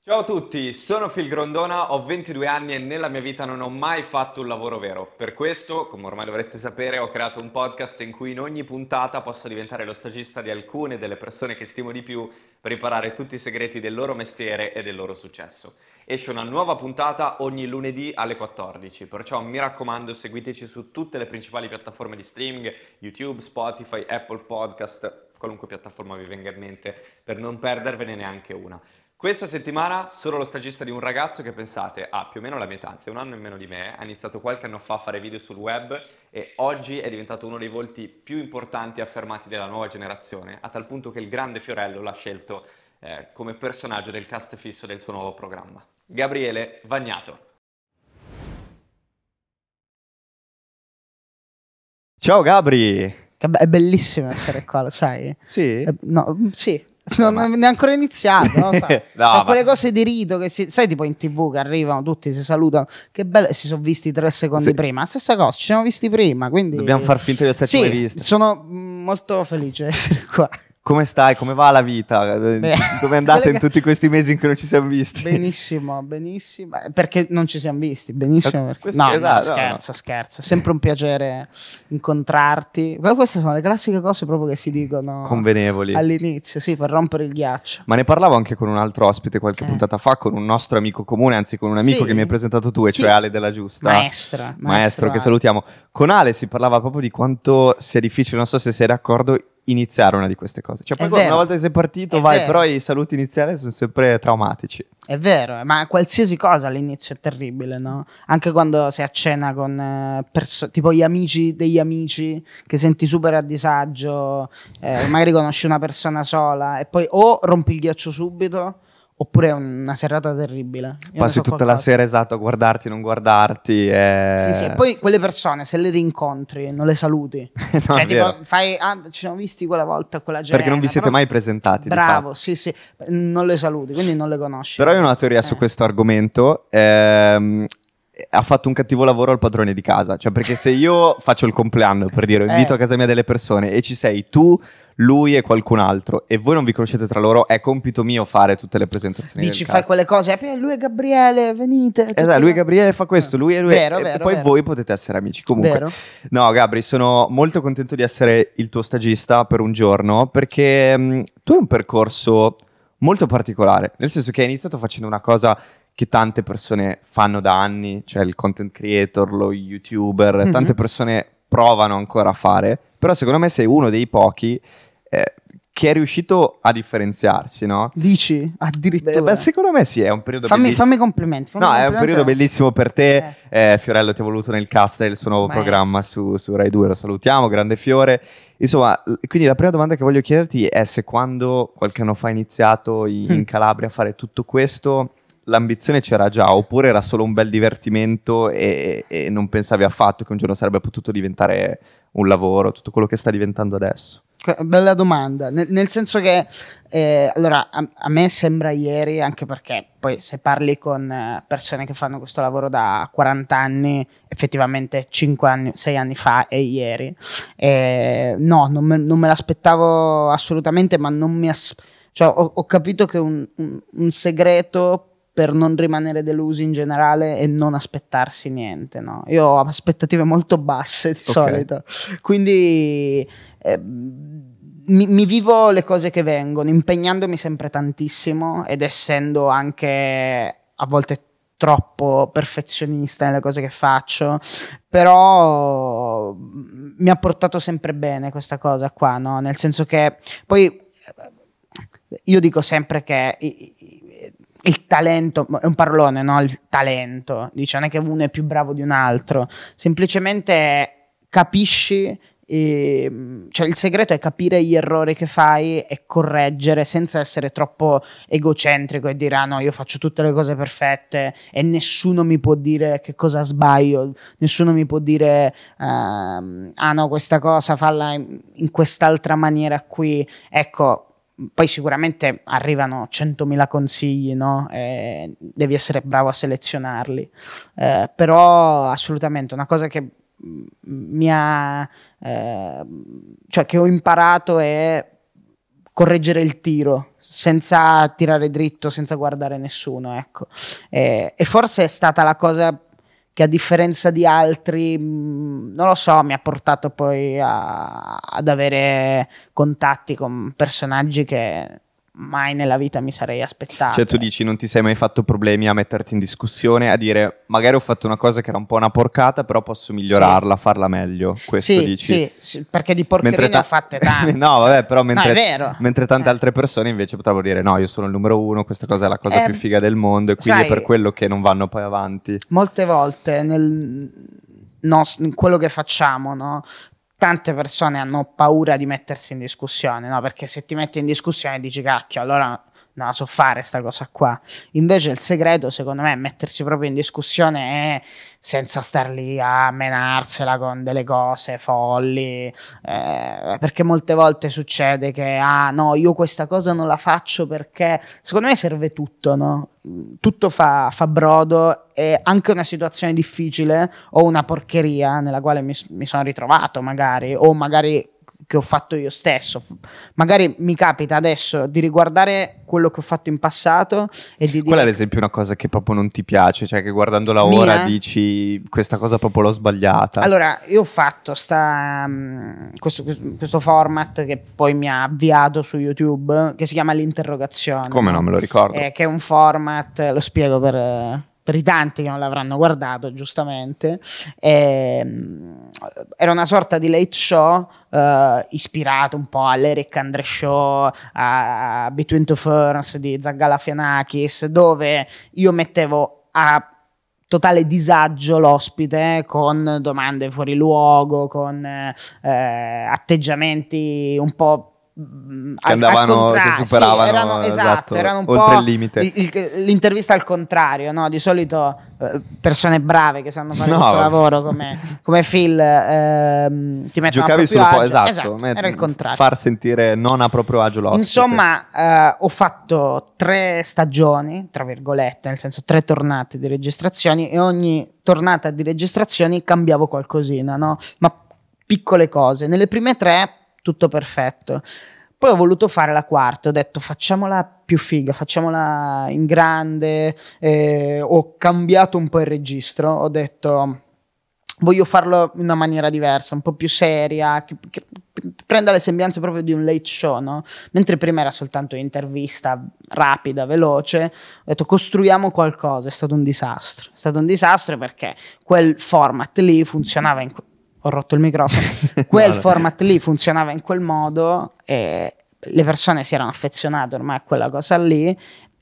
Ciao a tutti, sono Phil Grondona, ho 22 anni e nella mia vita non ho mai fatto un lavoro vero. Per questo, come ormai dovreste sapere, ho creato un podcast in cui in ogni puntata posso diventare lo stagista di alcune delle persone che stimo di più per imparare tutti i segreti del loro mestiere e del loro successo. Esce una nuova puntata ogni lunedì alle 14, perciò mi raccomando seguiteci su tutte le principali piattaforme di streaming, YouTube, Spotify, Apple Podcast, qualunque piattaforma vi venga in mente, per non perdervene neanche una. Questa settimana sono lo stagista di un ragazzo che pensate ha più o meno la mia età, anzi 1 anno in meno di me, ha iniziato qualche anno fa a fare video sul web e oggi è diventato uno dei volti più importanti e affermati della nuova generazione, a tal punto che il grande Fiorello l'ha scelto come personaggio del cast fisso del suo nuovo programma. Gabriele Vagnato. Ciao Gabri! È bellissimo essere qua, lo sai? Sì? No, sì. Non è ancora iniziato, non lo so. No, Cioè, quelle cose di rito che sai, tipo in TV che arrivano tutti, si salutano. Che bello, e si sono visti 3 secondi Sì. prima. Stessa cosa, ci siamo visti prima. Quindi Dobbiamo far finta di esserci sì, mai visti. sono molto felice di essere qua. Come stai? Come va la vita? Beh, Dove andate quelle in che- tutti questi mesi in cui non ci siamo visti? Benissimo, benissimo. Perché non ci siamo visti? Benissimo. Perché... Questo- No, esatto, scherzo, scherzo. È sempre un piacere incontrarti. Queste sono le classiche cose proprio che si dicono Convenevoli. all'inizio, sì, per rompere il ghiaccio. Ma ne parlavo anche con un altro ospite qualche puntata fa, con un nostro amico comune, anzi con un amico Sì. che mi hai presentato tu, e cioè Chi? Ale della Giusta. Maestro, che Ale. salutiamo. Con Ale si parlava proprio di quanto sia difficile, non so se sei d'accordo, iniziare una di queste cose. Cioè, È poi una vero. volta che sei partito, È vai, vero. però i saluti iniziali sono sempre traumatici. È vero, ma qualsiasi cosa all'inizio è terribile, no? Anche quando sei a cena con tipo gli amici degli amici che senti super a disagio, magari conosci una persona sola e poi o rompi il ghiaccio subito oppure è una serata terribile. Io ne Passi so tutta la qualcosa. sera, esatto, a guardarti, non guardarti. Sì, sì, e poi quelle persone se le rincontri non le saluti. No, Cioè, è tipo, vero. ci siamo visti quella volta, quella Perché non vi siete però- mai presentati, di Bravo, fatto. sì, sì, non le saluti, quindi non le conosci. Però io ho una teoria su questo argomento. Ha fatto un cattivo lavoro al padrone di casa. Cioè, perché se io faccio il compleanno, per dire, invito a casa mia delle persone e ci sei tu, lui e qualcun altro, e voi non vi conoscete tra loro, è compito mio fare tutte le presentazioni Dici, del fai caso. quelle cose, lui è Gabriele, venite. tutti Esatto, lui e là. Gabriele fa questo, lui e lui. Vero, E vero, poi vero. voi potete essere amici. Comunque, Vero. no, Gabri, sono molto contento di essere il tuo stagista per un giorno perché tu hai un percorso molto particolare, nel senso che hai iniziato facendo una cosa che tante persone fanno da anni, cioè il content creator, lo YouTuber, tante persone provano ancora a fare, però secondo me sei uno dei pochi che è riuscito a differenziarsi, no? Dici, addirittura. Beh, secondo me sì, è un periodo bellissimo. Fammi complimenti. No, è un periodo bellissimo per te. Fiorello ti ha voluto nel cast del suo nuovo Maestro. programma su Rai 2, lo salutiamo, grande Fiore. Insomma, quindi la prima domanda che voglio chiederti è se quando qualche anno fa hai iniziato in Calabria a fare tutto questo, l'ambizione c'era già oppure era solo un bel divertimento e non pensavi affatto che un giorno sarebbe potuto diventare un lavoro, tutto quello che sta diventando adesso. Bella domanda, nel senso che allora a me sembra ieri, anche perché poi se parli con persone che fanno questo lavoro da 40 anni, effettivamente 5 anni, 6 anni fa è ieri. No, non me l'aspettavo assolutamente, ma non mi cioè, ho capito che un segreto per non rimanere delusi in generale e non aspettarsi niente, no? Io ho aspettative molto basse di solito, quindi mi vivo le cose che vengono, impegnandomi sempre tantissimo ed essendo anche a volte troppo perfezionista nelle cose che faccio, però mi ha portato sempre bene questa cosa qua, no? Nel senso che poi io dico sempre che il talento è un parolone, no? Il talento, dice, non è che uno è più bravo di un altro, semplicemente capisci, cioè il segreto è capire gli errori che fai e correggere senza essere troppo egocentrico e dire ah no, io faccio tutte le cose perfette e nessuno mi può dire che cosa sbaglio, nessuno mi può dire ah no, questa cosa falla in quest'altra maniera qui, ecco. Poi sicuramente arrivano 100.000 consigli, no? Devi essere bravo a selezionarli. Però assolutamente una cosa che mi ha cioè che ho imparato è correggere il tiro senza tirare dritto, senza guardare nessuno, ecco. E forse è stata la cosa che, a differenza di altri, non lo so, mi ha portato poi ad avere contatti con personaggi che mai nella vita mi sarei aspettato. Cioè tu dici non ti sei mai fatto problemi a metterti in discussione, a dire magari ho fatto una cosa che era un po' una porcata, però posso migliorarla, farla meglio, questo sì, dici? sì, perché di porcherie ne ho fatte tante. No, vabbè, però No, è vero. mentre tante altre persone invece potrebbero dire no, io sono il numero uno, questa cosa è la cosa più figa del mondo, e quindi sai, è per quello che non vanno poi avanti. Molte volte in quello che facciamo, no? Tante persone hanno paura di mettersi in discussione, no? Perché se ti metti in discussione dici cacchio, allora non la so fare sta cosa qua. Invece il segreto, secondo me, è mettersi proprio in discussione senza star lì a menarsela con delle cose folli, perché molte volte succede che no, io questa cosa non la faccio perché secondo me serve tutto, no? Tutto fa brodo, e anche una situazione difficile o una porcheria nella quale mi sono ritrovato magari, o magari che ho fatto io stesso, magari mi capita adesso di riguardare quello che ho fatto in passato e di dire... Qual è ad esempio una cosa che proprio non ti piace, cioè che guardandola ora dici questa cosa proprio l'ho sbagliata? Allora, io ho fatto questo format che poi mi ha avviato su YouTube, che si chiama L'interrogazione. Come no, me lo ricordo. Che è un format, lo spiego per i tanti che non l'avranno guardato, giustamente. Era una sorta di late show ispirato un po' all'Eric Andre Show, a Between Two Ferns di Zach Galifianakis, dove io mettevo a totale disagio l'ospite con domande fuori luogo, con atteggiamenti un po' che andavano, che superavano, erano un oltre po' il limite. L'intervista al contrario, no? Di solito persone brave che sanno fare questo lavoro come Phil ti mettono giocavi a proprio agio. Esatto, era il contrario, far sentire non a proprio agio l'ospite. Insomma, ho fatto 3 stagioni, tra virgolette, nel senso 3 tornate di registrazioni, e ogni tornata di registrazioni cambiavo qualcosina, no? Ma piccole cose. Nelle prime 3 tutto perfetto. Poi ho voluto fare la quarta, ho detto facciamola più figa, facciamola in grande, ho cambiato un po' il registro, ho detto voglio farlo in una maniera diversa, un po' più seria, che prenda le sembianze proprio di un late show, no? Mentre prima era soltanto intervista rapida, veloce, ho detto costruiamo qualcosa. È stato un disastro perché quel format lì funzionava ho rotto il microfono. Quel format lì funzionava in quel modo e le persone si erano affezionate ormai a quella cosa lì,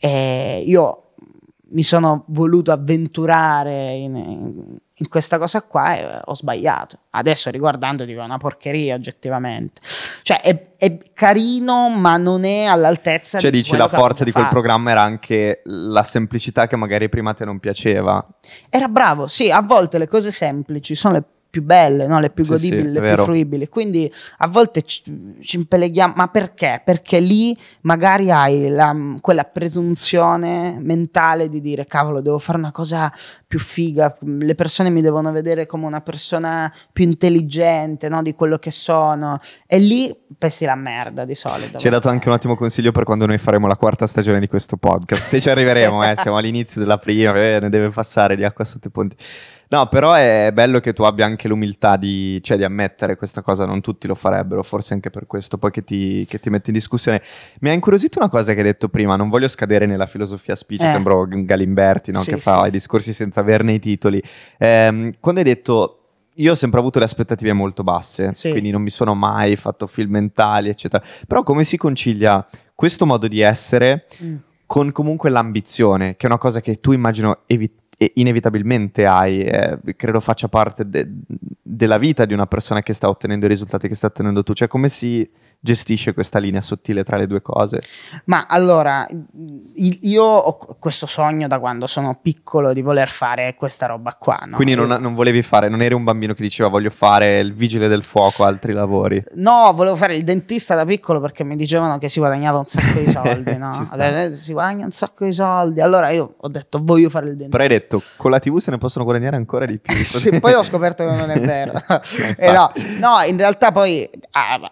e io mi sono voluto avventurare in questa cosa qua e ho sbagliato. Adesso riguardando dico è una porcheria oggettivamente, cioè è carino ma non è all'altezza, cioè di dici la forza di quel programma era anche la semplicità che magari prima te non piaceva. Era bravo, sì, a volte le cose semplici sono le più belle, no? Le più godibili, le più fruibili, quindi a volte ci impeleghiamo, ma perché? Perché lì magari hai quella presunzione mentale di dire cavolo, devo fare una cosa più figa, le persone mi devono vedere come una persona più intelligente, no? Di quello che sono, e lì pesti la merda di solito. Ci hai dato anche un ottimo consiglio per quando noi faremo la 4ª stagione di questo podcast, se ci arriveremo, siamo all'inizio della prima, ne deve passare di acqua sotto i ponti. No, però è bello che tu abbia anche l'umiltà di ammettere questa cosa, non tutti lo farebbero, forse anche per questo poi che ti metti in discussione. Mi ha incuriosito una cosa che hai detto prima, non voglio scadere nella filosofia speech, sembro Galimberti, no? Che fa i discorsi senza averne i titoli. Quando hai detto io ho sempre avuto le aspettative molto basse, quindi non mi sono mai fatto film mentali, eccetera, però come si concilia questo modo di essere con comunque l'ambizione, che è una cosa che tu immagino inevitabilmente hai, credo faccia parte della vita di una persona che sta ottenendo i risultati che sta ottenendo tu, cioè come si gestisce questa linea sottile tra le due cose? Ma allora, io ho questo sogno da quando sono piccolo di voler fare questa roba qua, no? Quindi non volevi fare, non eri un bambino che diceva voglio fare il vigile del fuoco, altri lavori? No, volevo fare il dentista da piccolo perché mi dicevano che si guadagnava un sacco di soldi, no? Si guadagna un sacco di soldi, allora io ho detto voglio fare il dentista. Però hai detto con la TV se ne possono guadagnare ancora di più. Sì, poi ho scoperto che non è vero. No, in realtà poi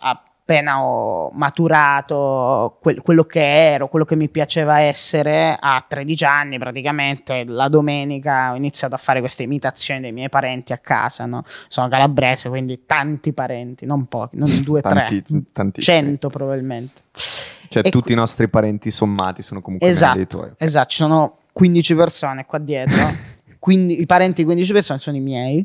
appena ho maturato quello che ero, quello che mi piaceva essere, a 13 anni praticamente, la domenica ho iniziato a fare queste imitazioni dei miei parenti a casa, no? Sono calabrese, quindi tanti parenti, non pochi, non 2, 3, tantissimi. 100 probabilmente. Cioè E tutti i nostri parenti sommati sono comunque meno dei tuoi. Esatto, ci sono 15 persone qua dietro, quindi i parenti di 15 persone sono i miei.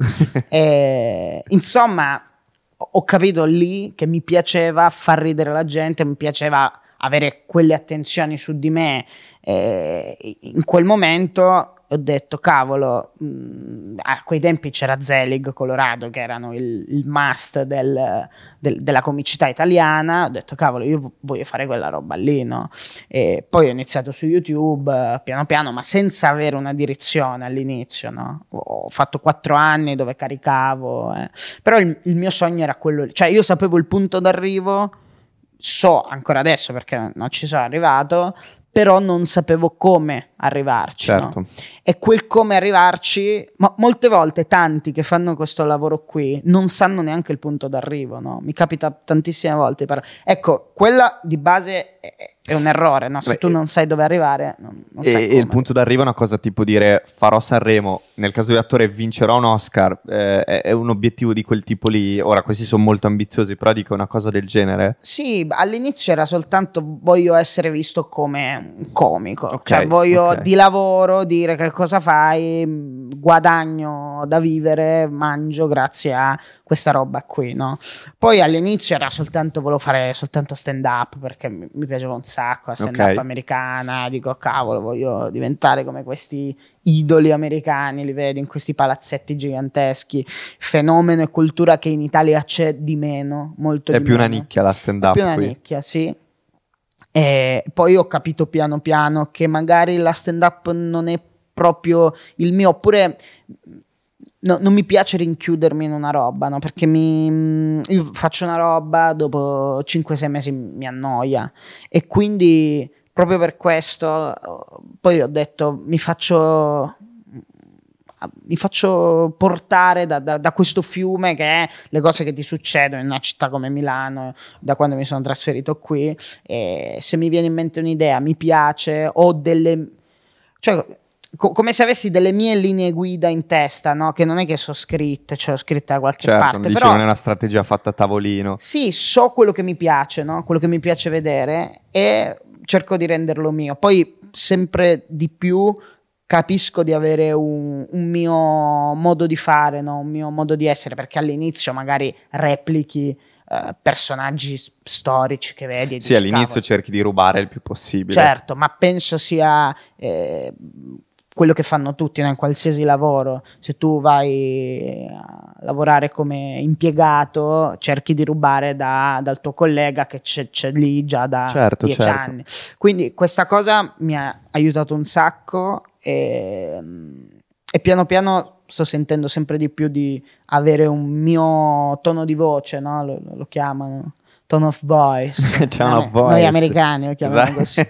Insomma, ho capito lì che mi piaceva far ridere la gente, mi piaceva avere quelle attenzioni su di me. In quel momento ho detto, cavolo, a quei tempi c'era Zelig, Colorado, che erano il must della comicità italiana. Ho detto, cavolo, io voglio fare quella roba lì, no? E poi ho iniziato su YouTube, piano piano, ma senza avere una direzione all'inizio, no? Ho fatto 4 anni dove caricavo, però il mio sogno era quello lì. Cioè io sapevo il punto d'arrivo, so ancora adesso perché non ci sono arrivato, però non sapevo come arrivarci, certo. no? E quel come arrivarci, ma molte volte tanti che fanno questo lavoro qui non sanno neanche il punto d'arrivo, no? Mi capita tantissime volte, ecco, quella di base è un errore, no? Se tu non sai dove arrivare, non sai come. E il punto d'arrivo è una cosa tipo dire farò Sanremo, nel caso di attore vincerò un Oscar, è un obiettivo di quel tipo lì. Ora questi sono molto ambiziosi, però dico una cosa del genere. Sì, all'inizio era soltanto voglio essere visto come un comico, cioè voglio di lavoro dire che cosa fai, guadagno da vivere, mangio grazie a questa roba qui, no? Poi all'inizio era soltanto, volevo fare soltanto stand up perché mi piaceva un sacco la stand up americana, dico cavolo, voglio diventare come questi idoli americani, li vedi in questi palazzetti giganteschi, fenomeno e cultura che in Italia c'è di meno, molto è di più meno. Una nicchia la stand up è più una qui. Nicchia, sì. E poi ho capito piano piano che magari la stand up non è proprio il mio, oppure non mi piace rinchiudermi in una roba, no? Perché io faccio una roba, dopo 5-6 mesi mi annoia, e quindi proprio per questo poi ho detto mi faccio portare da questo fiume che è le cose che ti succedono in una città come Milano da quando mi sono trasferito qui, e se mi viene in mente un'idea, mi piace, ho delle, cioè come se avessi delle mie linee guida in testa, no? Che non è che sono scritte, cioè ho scritte da qualche parte, dice, però non è una strategia fatta a tavolino. Sì, so quello che mi piace, no? Quello che mi piace vedere, e cerco di renderlo mio. Poi sempre di più capisco di avere un mio modo di fare, no? Un mio modo di essere, perché all'inizio magari replichi personaggi storici che vedi e sì, dici, all'inizio cavolo, cerchi di rubare il più possibile. Certo, ma penso sia quello che fanno tutti, no? In qualsiasi lavoro. Se tu vai a lavorare come impiegato, cerchi di rubare dal tuo collega che c'è lì già da 10 anni. Quindi questa cosa mi ha aiutato un sacco, e piano piano sto sentendo sempre di più di avere un mio tono di voce, no? Lo chiamano tone of voice. Noi americani lo chiamiamo così.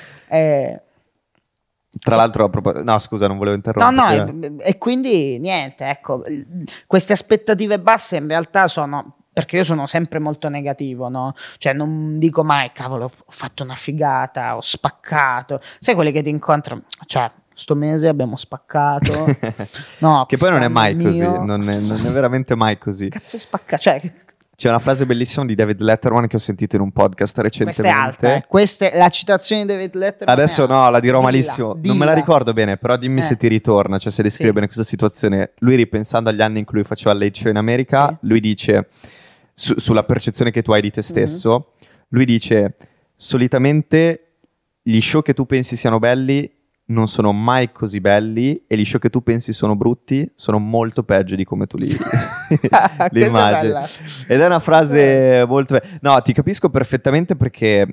Tra l'altro, no, scusa, non volevo interrompere. No, e quindi niente, ecco, queste aspettative basse in realtà sono, perché io sono sempre molto negativo, no? Cioè non dico mai, cavolo, ho fatto una figata, ho spaccato. Sai quelli che ti incontrano, cioè sto mese abbiamo spaccato. No, che poi non è mai così, non è veramente mai così. Cazzo è spaccato, cioè... C'è una frase bellissima di David Letterman che ho sentito in un podcast recentemente. Questa è alta, la citazione di David Letterman. Adesso no, la dirò malissimo. Non me la ricordo bene, però dimmi se ti ritorna, cioè se descrive bene questa situazione. Lui, ripensando agli anni in cui lui faceva il late show in America, lui dice, sulla percezione che tu hai di te stesso, lui dice, solitamente gli show che tu pensi siano belli non sono mai così belli, e gli show che tu pensi sono brutti sono molto peggio di come tu li immagini. Ed è una frase molto no, ti capisco perfettamente, perché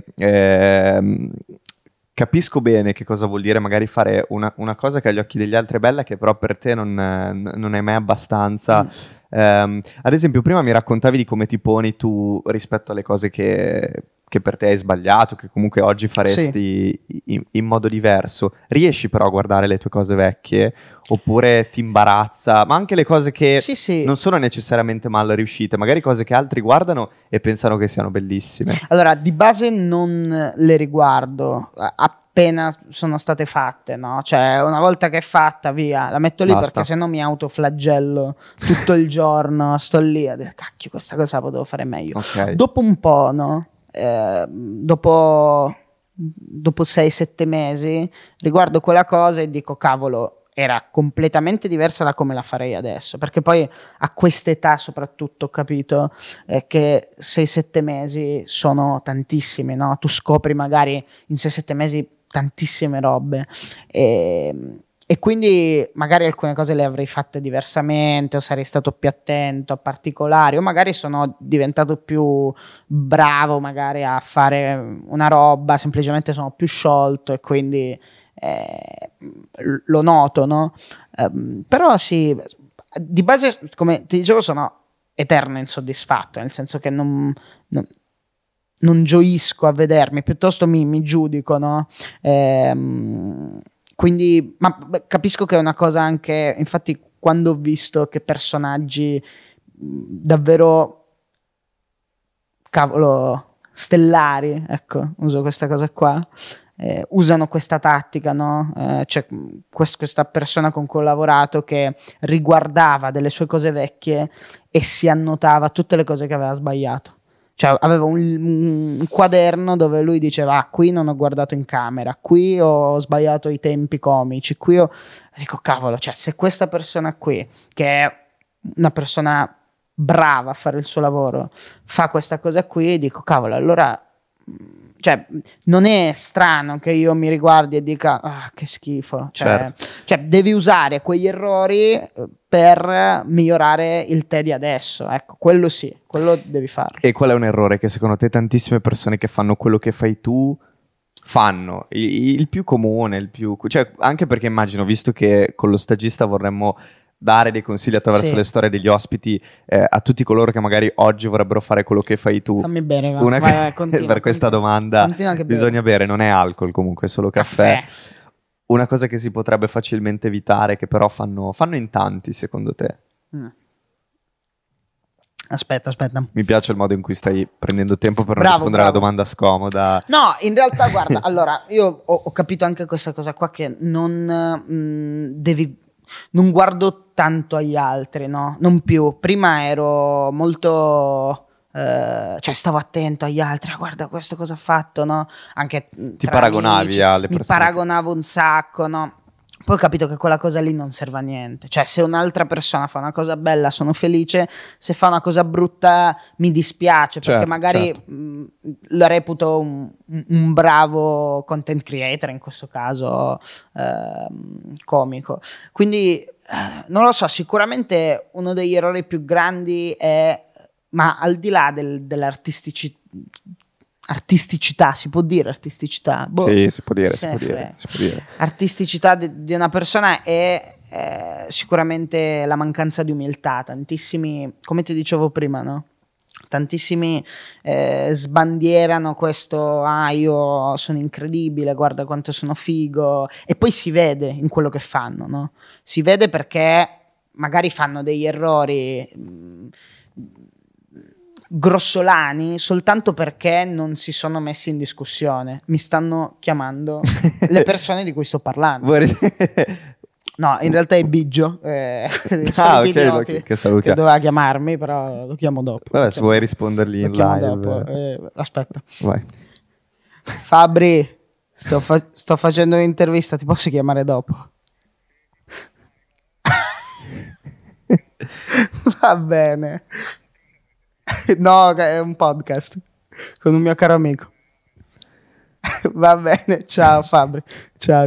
capisco bene che cosa vuol dire magari fare una cosa che agli occhi degli altri è bella, che però per te non è mai abbastanza. Ad esempio prima mi raccontavi di come ti poni tu rispetto alle cose che che per te hai sbagliato, che comunque oggi faresti in modo diverso. Riesci però a guardare le tue cose vecchie oppure ti imbarazza, ma anche le cose che non sono necessariamente mal riuscite, magari cose che altri guardano e pensano che siano bellissime? Allora, di base non le riguardo appena sono state fatte, no? Cioè, una volta che è fatta, via, la metto lì. Basta. Perché sennò mi autoflagello tutto il giorno, sto lì a dire, cacchio, questa cosa la potevo fare meglio. Okay. Dopo un po', no? Dopo 6-7 mesi riguardo quella cosa e dico, cavolo, era completamente diversa da come la farei adesso, perché poi a quest'età soprattutto ho capito che 6-7 mesi sono tantissimi, no? Tu scopri magari in 6-7 mesi tantissime robe e quindi magari alcune cose le avrei fatte diversamente, o sarei stato più attento a particolari, o magari sono diventato più bravo magari a fare una roba, semplicemente sono più sciolto e quindi lo noto, no? Però sì, di base, come ti dicevo, sono eterno insoddisfatto, nel senso che non gioisco a vedermi, piuttosto mi giudico, no? Quindi, ma capisco che è una cosa anche, infatti, quando ho visto che personaggi davvero, cavolo, stellari, ecco, uso questa cosa qua, usano questa tattica, no? C'è questa persona con cui ho lavorato che riguardava delle sue cose vecchie e si annotava tutte le cose che aveva sbagliato. Cioè aveva un quaderno dove lui diceva, qui non ho guardato in camera, qui ho sbagliato i tempi comici, qui ho... Dico, cavolo, cioè se questa persona qui, che è una persona brava a fare il suo lavoro, fa questa cosa qui, dico, cavolo, allora... Cioè, non è strano che io mi riguardi e dica, ah, che schifo. Cioè, devi usare quegli errori per migliorare il te di adesso. Ecco, quello sì, quello devi farlo. E qual è un errore che secondo te tantissime persone che fanno quello che fai tu fanno? Il più comune, cioè, anche perché immagino, visto che con lo stagista vorremmo dare dei consigli attraverso le storie degli ospiti a tutti coloro che magari oggi vorrebbero fare quello che fai tu. Fammi bere, vai, continua, per questa domanda bisogna bere, non è alcol comunque, è solo caffè. Una cosa che si potrebbe facilmente evitare, che però fanno in tanti, secondo te? Aspetta. Mi piace il modo in cui stai prendendo tempo per non rispondere alla domanda scomoda. No, in realtà, guarda, allora, io ho capito anche questa cosa qua, che non guardo tanto agli altri, no? Non più. Prima ero molto... cioè stavo attento agli altri, guarda questo cosa ha fatto, no? Anche ti paragonavi amici, alle persone. Mi paragonavo un sacco, no? Poi ho capito che quella cosa lì non serve a niente. Cioè, se un'altra persona fa una cosa bella sono felice, se fa una cosa brutta mi dispiace, perché magari lo reputo un bravo content creator, in questo caso comico. Quindi non lo so, sicuramente uno degli errori più grandi è, ma al di là dell'artisticità, si può dire artisticità? Boh, sì, si può dire. Artisticità di una persona è sicuramente la mancanza di umiltà. Tantissimi, come ti dicevo prima, no? Tantissimi sbandierano questo, io sono incredibile, guarda quanto sono figo, e poi si vede in quello che fanno, no? Si vede perché magari fanno degli errori grossolani soltanto perché non si sono messi in discussione. Mi stanno chiamando le persone di cui sto parlando. No, in realtà è Biggio, ok, che salutiamo, che doveva chiamarmi, però lo chiamo dopo. Vabbè, se vuoi rispondergli in live dopo. Aspetta, vai. Fabri, sto facendo un'intervista, ti posso chiamare dopo? Va bene. No, è un podcast con un mio caro amico. Va bene, ciao Fabri. Ciao.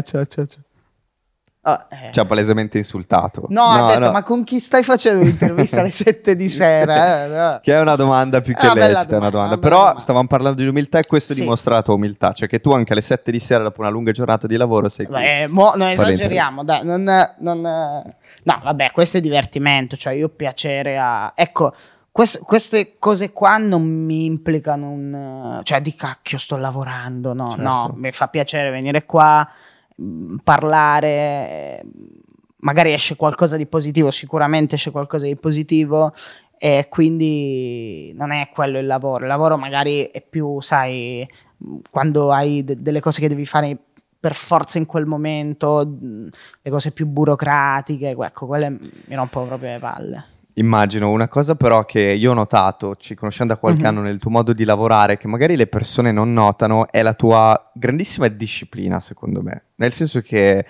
Ci ha palesemente insultato. No, ha detto, ma con chi stai facendo un'intervista alle 7 di sera? Che è una domanda più che lecita, è una domanda. Però stavamo parlando di umiltà e questo dimostra la tua umiltà. Cioè che tu anche alle 7 di sera, dopo una lunga giornata di lavoro, sei qui. Non esageriamo, dai. No, vabbè, questo è divertimento. Cioè io ho piacere a... Ecco, queste cose qua non mi implicano cioè di cacchio sto lavorando, no, Certo. no, mi fa piacere venire qua, parlare, magari esce qualcosa di positivo, sicuramente esce qualcosa di positivo, e quindi non è quello il lavoro magari è più, sai, quando hai delle cose che devi fare per forza in quel momento, le cose più burocratiche, ecco, quelle mi rompono proprio le palle. Immagino. Una cosa però che io ho notato, ci conosciamo da qualche anno, nel tuo modo di lavorare, che magari le persone non notano, è la tua grandissima disciplina, secondo me. Nel senso che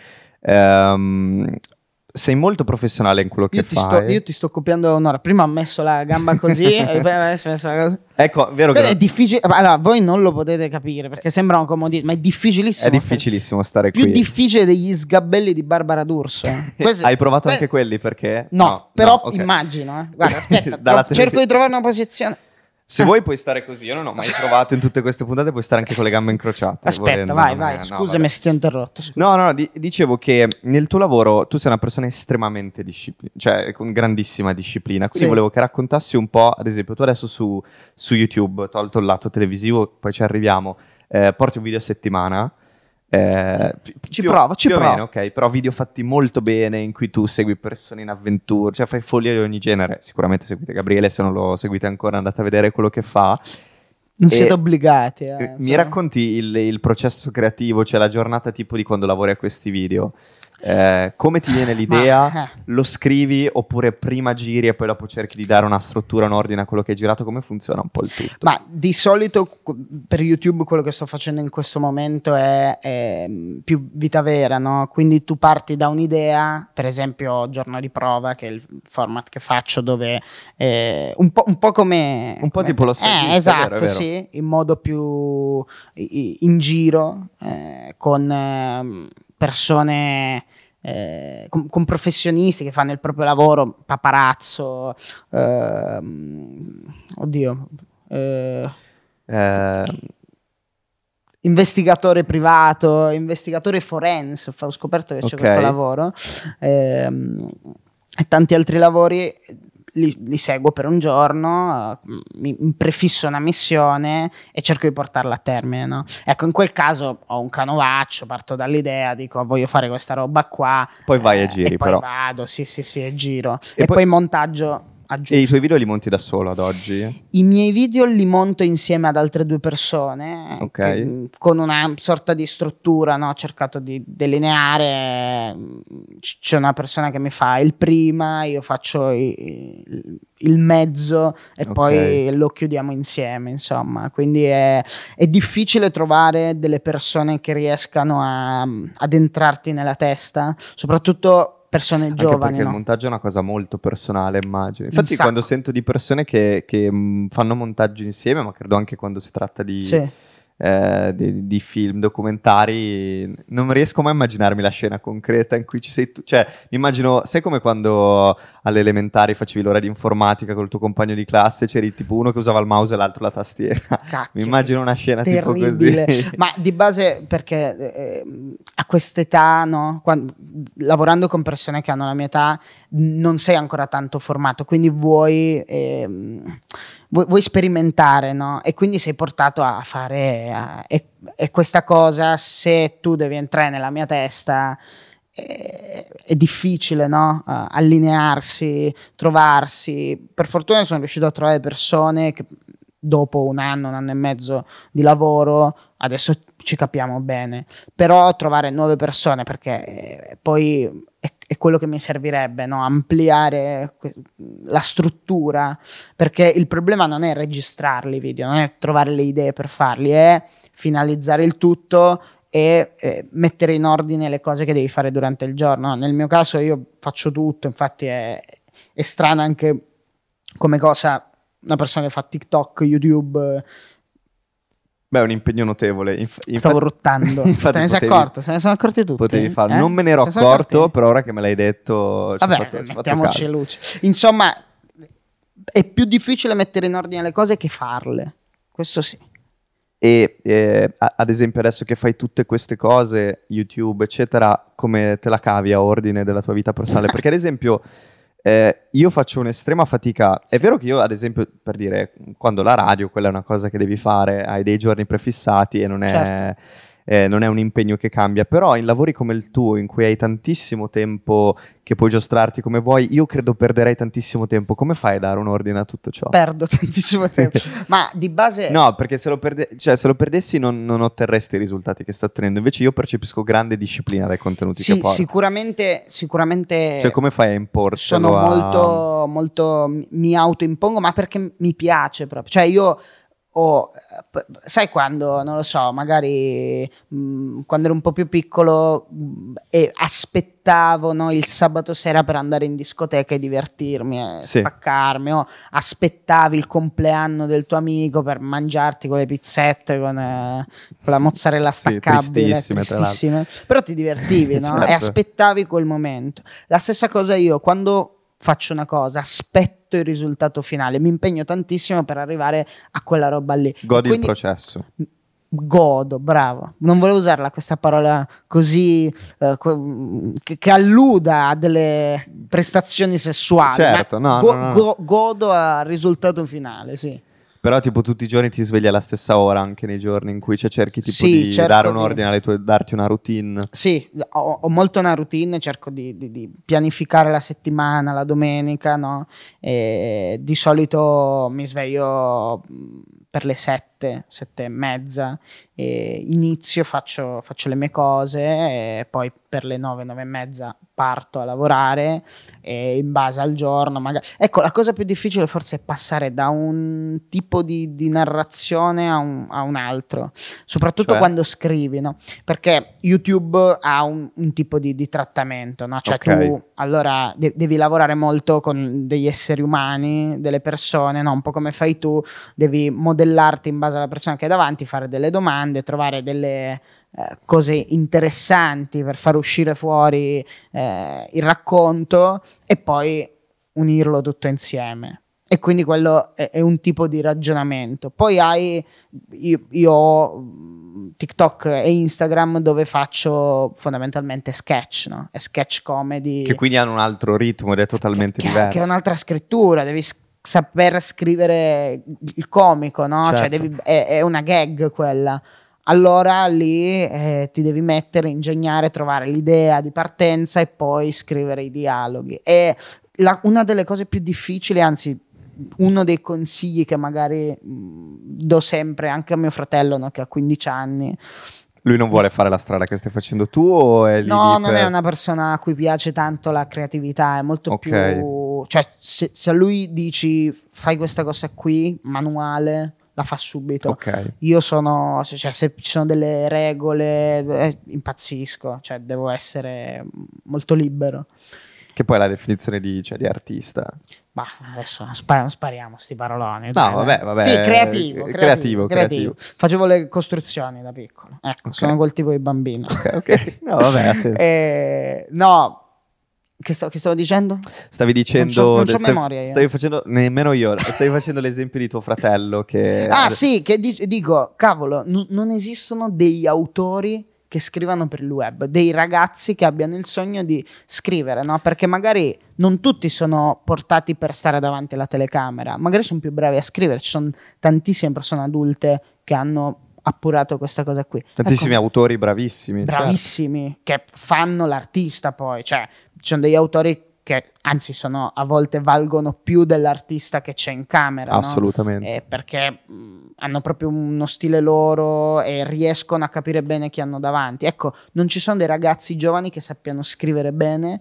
sei molto professionale in quello che fai. Io ti sto copiando da un'ora. Prima ho messo la gamba così e poi adesso ho messo la cosa. Ecco, vero che È difficile. Allora, voi non lo potete capire perché sembrano comodissimi, ma è difficilissimo. è difficilissimo stare Più qui. difficile degli sgabelli di Barbara D'Urso. Hai provato anche quelli perché? No, però ok. immagino. Guarda, aspetta, Dalla cerco di trovare una posizione. Se vuoi puoi stare così, io non ho mai provato in tutte queste puntate, puoi stare anche con le gambe incrociate. Aspetta, volendo, vai, non è- vai. no, Scusami vabbè. se ti ho interrotto. Scusa. No, dicevo che nel tuo lavoro tu sei una persona estremamente cioè con grandissima disciplina, quindi Sì. volevo che raccontassi un po', ad esempio, tu adesso su YouTube, tolto il lato televisivo, poi ci arriviamo, porti un video a settimana. Ci provo. Più o meno, ok, però video fatti molto bene in cui tu segui persone in avventura, cioè fai follie di ogni genere. Sicuramente seguite Gabriele, se non lo seguite ancora andate a vedere quello che fa. Non E- siete obbligati. Mi insomma. racconti il processo creativo, cioè la giornata tipo di quando lavori a questi video? Come ti viene l'idea? Ma, Lo scrivi oppure prima giri e poi dopo cerchi di dare una struttura, un ordine a quello che hai girato? Come funziona un po' il tutto? Ma di solito per YouTube quello che sto facendo in questo momento è più vita vera, no? Quindi tu parti da un'idea, per esempio Giorno di prova, che è il format che faccio, dove un po' come... Un po' tipo lo stagista, esatto, è vero, è vero. sì, in modo più in giro, con persone... con professionisti che fanno il proprio lavoro, paparazzo, oddio, Eh, investigatore privato, investigatore forense, ho scoperto che c'è Ok. questo lavoro, e tanti altri lavori. Li seguo per un giorno, mi prefisso una missione e cerco di portarla a termine, no? Ecco, in quel caso ho un canovaccio, parto dall'idea, dico voglio fare questa roba qua, Poi vai e giri, e poi però. vado, sì, e giro, E e poi- poi montaggio e i aggiungo. tuoi video li monti da solo ad oggi? I miei video li monto insieme ad altre due persone, Ok. con una sorta di struttura, no? Ho cercato di delineare. C'è una persona che mi fa il prima, io faccio il mezzo e Ok. poi lo chiudiamo insieme, insomma. Quindi è difficile trovare delle persone che riescano ad entrarti nella testa, soprattutto persone Anche giovani, perché il no? montaggio è una cosa molto personale, immagino. Infatti, sacco. quando sento di persone che fanno montaggi insieme, ma credo anche quando si tratta di Sì. di film, documentari, non riesco mai a immaginarmi la scena concreta in cui ci sei tu. Cioè, mi immagino, sai come quando alle elementari facevi l'ora di informatica col tuo compagno di classe, c'eri tipo uno che usava il mouse e l'altro la tastiera. Cacchio, Mi immagino una scena tipo terribile. così. Ma di base perché a quest'età, no? Lavorando con persone che hanno la mia età, non sei ancora tanto formato, quindi vuoi sperimentare, no? E quindi sei portato a fare e questa cosa, se tu devi entrare nella mia testa, è difficile, no? Allinearsi, trovarsi. Per fortuna sono riuscito a trovare persone che dopo un anno e mezzo di lavoro adesso ci capiamo bene, però trovare nuove persone, perché poi è quello che mi servirebbe, no? Ampliare la struttura, perché il problema non è registrarli i video, non è trovare le idee per farli, è finalizzare il tutto e mettere in ordine le cose che devi fare durante il giorno. No, nel mio caso io faccio tutto, infatti è strana anche come cosa una persona che fa TikTok, YouTube. Beh, è un impegno notevole. Stavo ruttando. infatti Te ne sei potevi- accorto? Se ne sono accorti tutti? Potevi farlo. Eh? Non me ne ero Se ne sono accorto, accorti? però ora che me l'hai detto, ci ho Vabbè, fatto mettiamoci caso. luce. Insomma, è più difficile mettere in ordine le cose che farle. Questo sì. E ad esempio adesso che fai tutte queste cose, YouTube eccetera, come te la cavi a ordine della tua vita personale? Perché ad esempio io faccio un'estrema fatica. È vero che io, ad esempio, per dire, quando la radio, quella è una cosa che devi fare, hai dei giorni prefissati e Certo. non è un impegno che cambia, però in lavori come il tuo, in cui hai tantissimo tempo che puoi giostrarti come vuoi, io credo perderei tantissimo tempo. Come fai a dare un ordine a tutto ciò? Perdo tantissimo tempo. Ma di base... No, perché se lo perdessi non otterresti i risultati che sta ottenendo. Invece io percepisco grande disciplina dai contenuti che Sì, porto. sicuramente Cioè, come fai a importelo? sono molto mi autoimpongo, ma perché mi piace proprio. Cioè io sai quando, non lo so, magari quando ero un po' più piccolo e aspettavo, no, il sabato sera per andare in discoteca e divertirmi e Sì. spaccarmi, o aspettavi il compleanno del tuo amico per mangiarti quelle pizzette con la mozzarella Sì, staccabile, tristissime, tra l'altro. tristissime, però ti divertivi, no? Certo. E aspettavi quel momento. La stessa cosa io, quando faccio una cosa, aspetto il risultato finale, mi impegno tantissimo per arrivare a quella roba lì. Godi il Quindi processo. godo, bravo. Non volevo usarla questa parola così che alluda a delle prestazioni sessuali. Certo, ma no. godo al risultato finale, sì. Però tipo tutti i giorni ti svegli alla stessa ora, anche nei giorni in cui cerchi tipo Sì, di cerco dare un di- ordine alle tue, darti una routine. Sì, ho molto una routine, cerco di pianificare la settimana, la domenica, no? E di solito mi sveglio per le 7, 7:30, e inizio, faccio le mie cose e poi per le 9, 9:30 parto a lavorare e in base al giorno magari... Ecco, la cosa più difficile forse è passare da un tipo di narrazione a un altro, soprattutto Cioè? quando scrivi, no? Perché YouTube ha un tipo di trattamento, no? Cioè Ok. tu allora devi lavorare molto con degli esseri umani, delle persone, no? Un po' come fai tu, devi modellarti in base alla persona che hai davanti, fare delle domande, trovare delle cose interessanti per far uscire fuori il racconto e poi unirlo tutto insieme. E quindi quello è un tipo di ragionamento. Poi io ho TikTok e Instagram dove faccio fondamentalmente sketch, no? E sketch comedy. Che quindi hanno un altro ritmo ed è totalmente diverso. Che è un'altra scrittura, devi saper scrivere il comico, no? Certo. Cioè è una gag quella. Allora lì ti devi mettere, ingegnare, trovare l'idea di partenza e poi scrivere i dialoghi. E una delle cose più difficili, anzi uno dei consigli che magari do sempre anche a mio fratello, no, che ha 15 anni. Lui non vuole fare la strada che stai facendo tu o è lì No, lì non per- è una persona a cui piace tanto la creatività, è molto Ok. più... Cioè, se a lui dici fai questa cosa qui, manuale, la fa subito. Ok. Io sono... Cioè, se ci sono delle regole, impazzisco. Cioè, devo essere molto libero. Che poi è la definizione di artista. Ma adesso spariamo sti paroloni. No, dai. vabbè. Sì, creativo. Creativo. Facevo le costruzioni da piccolo. Ecco, Ok. sono quel tipo di bambino. Ok. No, vabbè, ha senso. No, che stavo dicendo? Stavi dicendo... Non c'ho memoria io. Stavi facendo... Nemmeno io. Stavi facendo l'esempio di tuo fratello che... Ah, sì, che dico, cavolo, non esistono degli autori che scrivano per il web, dei ragazzi che abbiano il sogno di scrivere, no? Perché magari non tutti sono portati per stare davanti alla telecamera, magari sono più bravi a scrivere, ci sono tantissime persone adulte che hanno appurato questa cosa qui. Tantissimi Ecco, autori bravissimi. bravissimi, che fanno l'artista poi, cioè ci sono degli autori che anzi a volte valgono più dell'artista che c'è in camera, no? Assolutamente. Perché hanno proprio uno stile loro e riescono a capire bene chi hanno davanti. Ecco, non ci sono dei ragazzi giovani che sappiano scrivere bene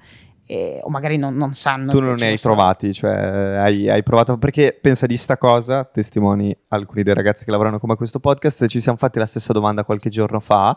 o magari non sanno. Tu che non ci ne hai possono- trovati, cioè hai provato, perché pensa di sta cosa, testimoni alcuni dei ragazzi che lavorano come questo podcast, ci siamo fatti la stessa domanda qualche giorno fa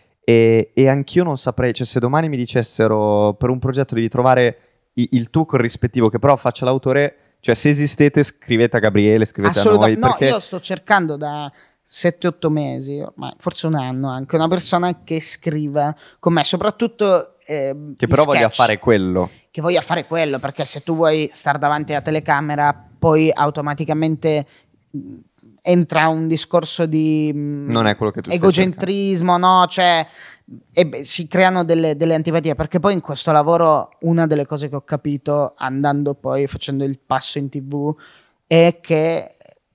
e anch'io non saprei, cioè se domani mi dicessero per un progetto devi trovare il tuo corrispettivo che però faccia l'autore, cioè se esistete scrivete a Gabriele, scrivete a noi, Assolutamente. No, perché io sto cercando da 7-8 mesi, ormai, forse un anno anche, una persona che scriva con me, soprattutto che gli però voglia sketch. fare quello. Che voglia fare quello, perché se tu vuoi stare davanti alla telecamera, poi automaticamente entra un discorso di Non è quello che tu stai egocentrismo, no? Cioè, si creano delle antipatie, perché poi in questo lavoro una delle cose che ho capito andando poi facendo il passo in TV è che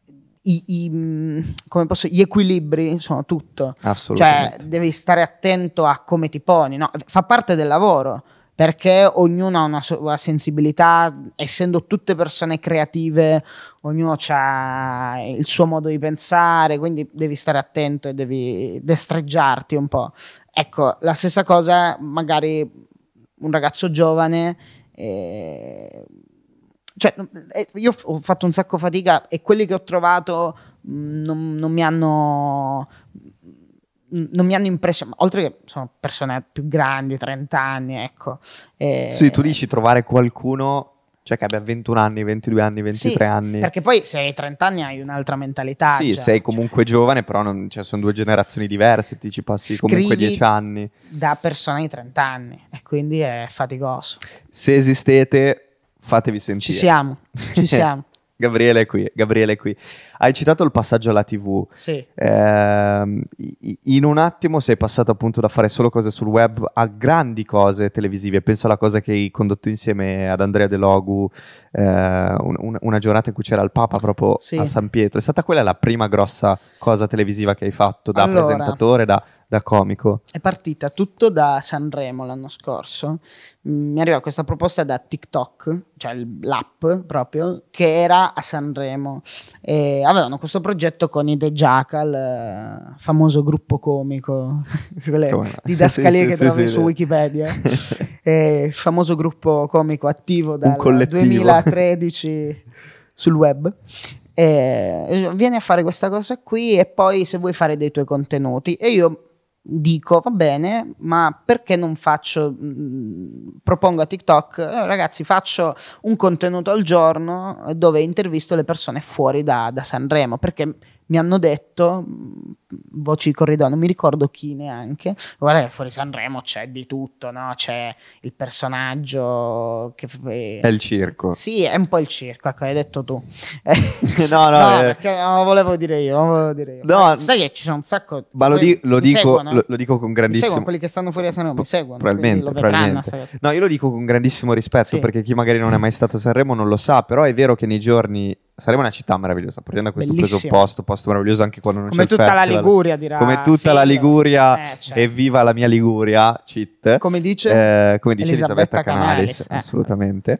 gli equilibri sono tutto. Assolutamente. Cioè devi stare attento a come ti poni, no? Fa parte del lavoro, perché ognuno ha una sua sensibilità, essendo tutte persone creative, ognuno ha il suo modo di pensare, quindi devi stare attento e devi destreggiarti un po'. Ecco, la stessa cosa magari un ragazzo giovane, cioè, io ho fatto un sacco fatica e quelli che ho trovato non mi hanno impressionato, oltre che sono persone più grandi, 30 anni, ecco. Sì, tu dici trovare qualcuno, cioè che abbia 21 anni, 22 anni, 23 sì, anni. Perché poi se hai 30 anni hai un'altra mentalità. Sì, già, sei comunque giovane, però cioè, sono due generazioni diverse, ti ci passi comunque scrivi 10 anni. da persone di 30 anni e quindi è faticoso. Se esistete, fatevi sentire. Ci siamo. Gabriele è qui. Hai citato il passaggio alla TV. Sì. In un attimo sei passato appunto da fare solo cose sul web a grandi cose televisive. Penso alla cosa che hai condotto insieme ad Andrea De Logu, una giornata in cui c'era il Papa proprio Sì. a San Pietro. È stata quella la prima grossa cosa televisiva che hai fatto da Allora, presentatore, da comico? È partita tutto da Sanremo l'anno scorso. Mi arriva questa proposta da TikTok, cioè l'app proprio, che era a Sanremo. E avevano questo progetto con i The Jackal, famoso gruppo comico, quelle didascalie Sì, che sì, trovi sì, su Wikipedia. Famoso gruppo comico attivo dal collettivo. 2013 sul web. Vieni a fare questa cosa qui e poi se vuoi fare dei tuoi contenuti. E io dico va bene, ma perché non propongo a TikTok, ragazzi, faccio un contenuto al giorno dove intervisto le persone fuori da Sanremo, perché mi hanno detto, voci di corridoio, non mi ricordo chi neanche, guarda che fuori Sanremo c'è di tutto, no? C'è il personaggio che è il circo. Sì, è un po' il circo, ecco, hai detto tu. No, perché non lo volevo dire io. No, sai che ci sono un sacco. Ma lo dico con Mi grandissimo. seguono quelli che stanno fuori a Sanremo, mi seguono. Probabilmente. No, io lo dico con grandissimo rispetto, sì, perché chi magari non è mai stato a Sanremo non lo sa, però è vero che nei giorni Sanremo è una città meravigliosa, partendo da questo presupposto, posto meraviglioso anche quando non come c'è il tutta festival. La Liguria, dirà. Come tutta la Liguria, certo. e viva la mia Liguria, cheat. Come dice Elisabetta Canalis, assolutamente.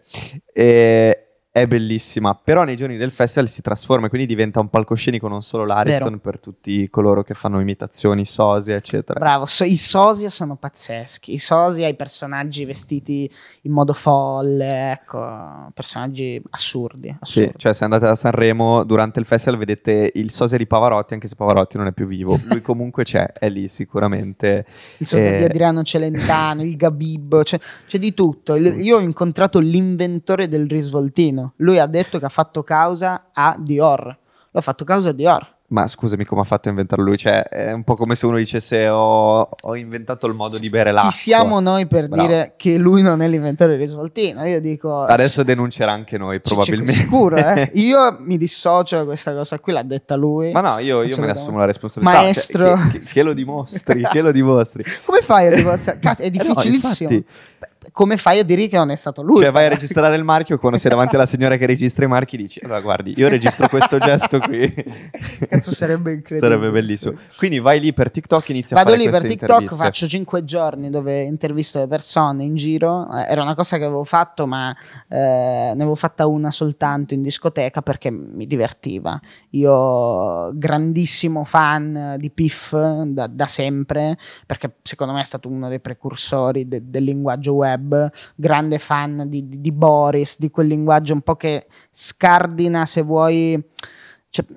È bellissima, però nei giorni del festival si trasforma e quindi diventa un palcoscenico non solo l'Ariston per tutti coloro che fanno imitazioni, sosia, eccetera. Bravo, i sosia sono pazzeschi, i sosia, i personaggi vestiti in modo folle, ecco, personaggi assurdi. Sì, cioè se andate a Sanremo durante il festival vedete il sosia di Pavarotti, anche se Pavarotti non è più vivo, lui comunque è lì sicuramente. Il sosia di Adriano Celentano, il Gabibbo, c'è di tutto. Io ho incontrato l'inventore del risvoltino. Lui ha detto che ha fatto causa a Dior. L'ho fatto causa a Dior. Ma scusami, come ha fatto a inventarlo lui? Cioè, è un po' come se uno dicesse ho inventato il modo di bere l'acqua. Chi siamo noi per dire che lui non è l'inventore del risvoltino? Io dico... Adesso denuncerà anche noi, probabilmente. Sicuro, Io mi dissocio da questa cosa qui, l'ha detta lui. Ma no, io me ne assumo la responsabilità. Maestro. Cioè, che lo dimostri, che lo dimostri. Come fai a dimostrare? È difficilissimo. No, come fai a dire che non è stato lui? Cioè vai a registrare il marchio, quando sei davanti alla signora che registra i marchi dici allora guardi, io registro questo gesto qui. Cazzo, sarebbe incredibile. Sarebbe bellissimo. Quindi vai lì per TikTok, inizia a fare queste interviste. Vado lì per TikTok, faccio 5 giorni dove intervisto le persone in giro. Era una cosa che avevo fatto, ma ne avevo fatta una soltanto in discoteca perché mi divertiva. Io grandissimo fan di Piff da sempre, perché secondo me è stato uno dei precursori del linguaggio web. Grande fan di Boris, di quel linguaggio un po' che scardina, se vuoi, cioè,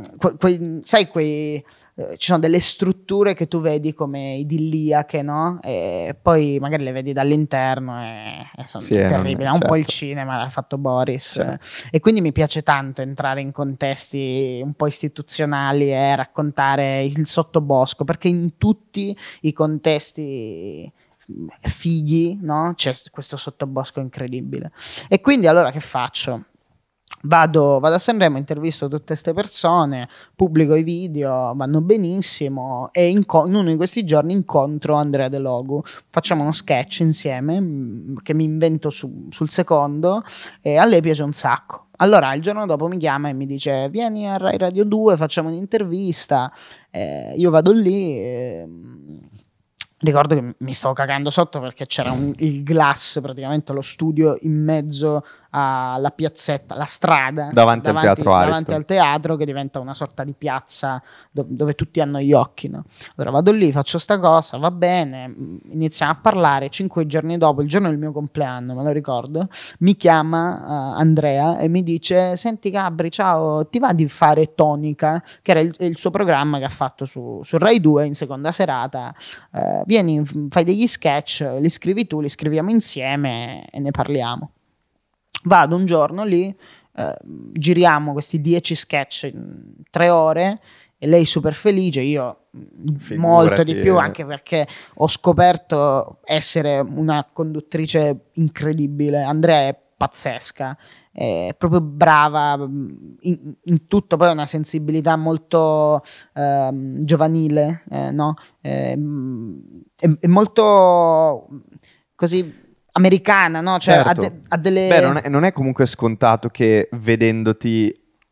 sai ci sono delle strutture che tu vedi come idilliache, no? E poi magari le vedi dall'interno e sono terribili. Un po' il cinema l'ha fatto Boris, certo. E quindi mi piace tanto entrare in contesti un po' istituzionali e raccontare il sottobosco, perché in tutti i contesti fighi, no? C'è questo sottobosco incredibile. E quindi allora che faccio? Vado a Sanremo, intervisto tutte queste persone, pubblico i video, vanno benissimo e in uno di questi giorni incontro Andrea De Logu, facciamo uno sketch insieme che mi invento sul secondo e a lei piace un sacco. Allora il giorno dopo mi chiama e mi dice vieni a Rai Radio 2, facciamo un'intervista, io vado lì. Ricordo che mi stavo cagando sotto perché c'era il Glass, praticamente lo studio in mezzo alla piazzetta, la strada davanti al teatro Ariston. Davanti al teatro, che diventa una sorta di piazza dove tutti hanno gli occhi, no? Allora vado lì, faccio sta cosa, va bene, iniziamo a parlare. 5 giorni dopo, il giorno del mio compleanno, me lo ricordo, mi chiama Andrea e mi dice senti Gabri, ciao, ti va di fare Tonica, che era il suo programma che ha fatto su Rai 2 in seconda serata, vieni, fai degli sketch, li scrivi tu, li scriviamo insieme e ne parliamo. Vado un giorno lì, giriamo questi 10 sketch in 3 ore e lei super felice, io molto di più, anche perché ho scoperto essere una conduttrice incredibile. Andrea è pazzesca, è proprio brava in tutto, poi ha una sensibilità molto giovanile, no? È molto così americana, no? Cioè certo. ha delle... Beh, non è comunque scontato che vedendoti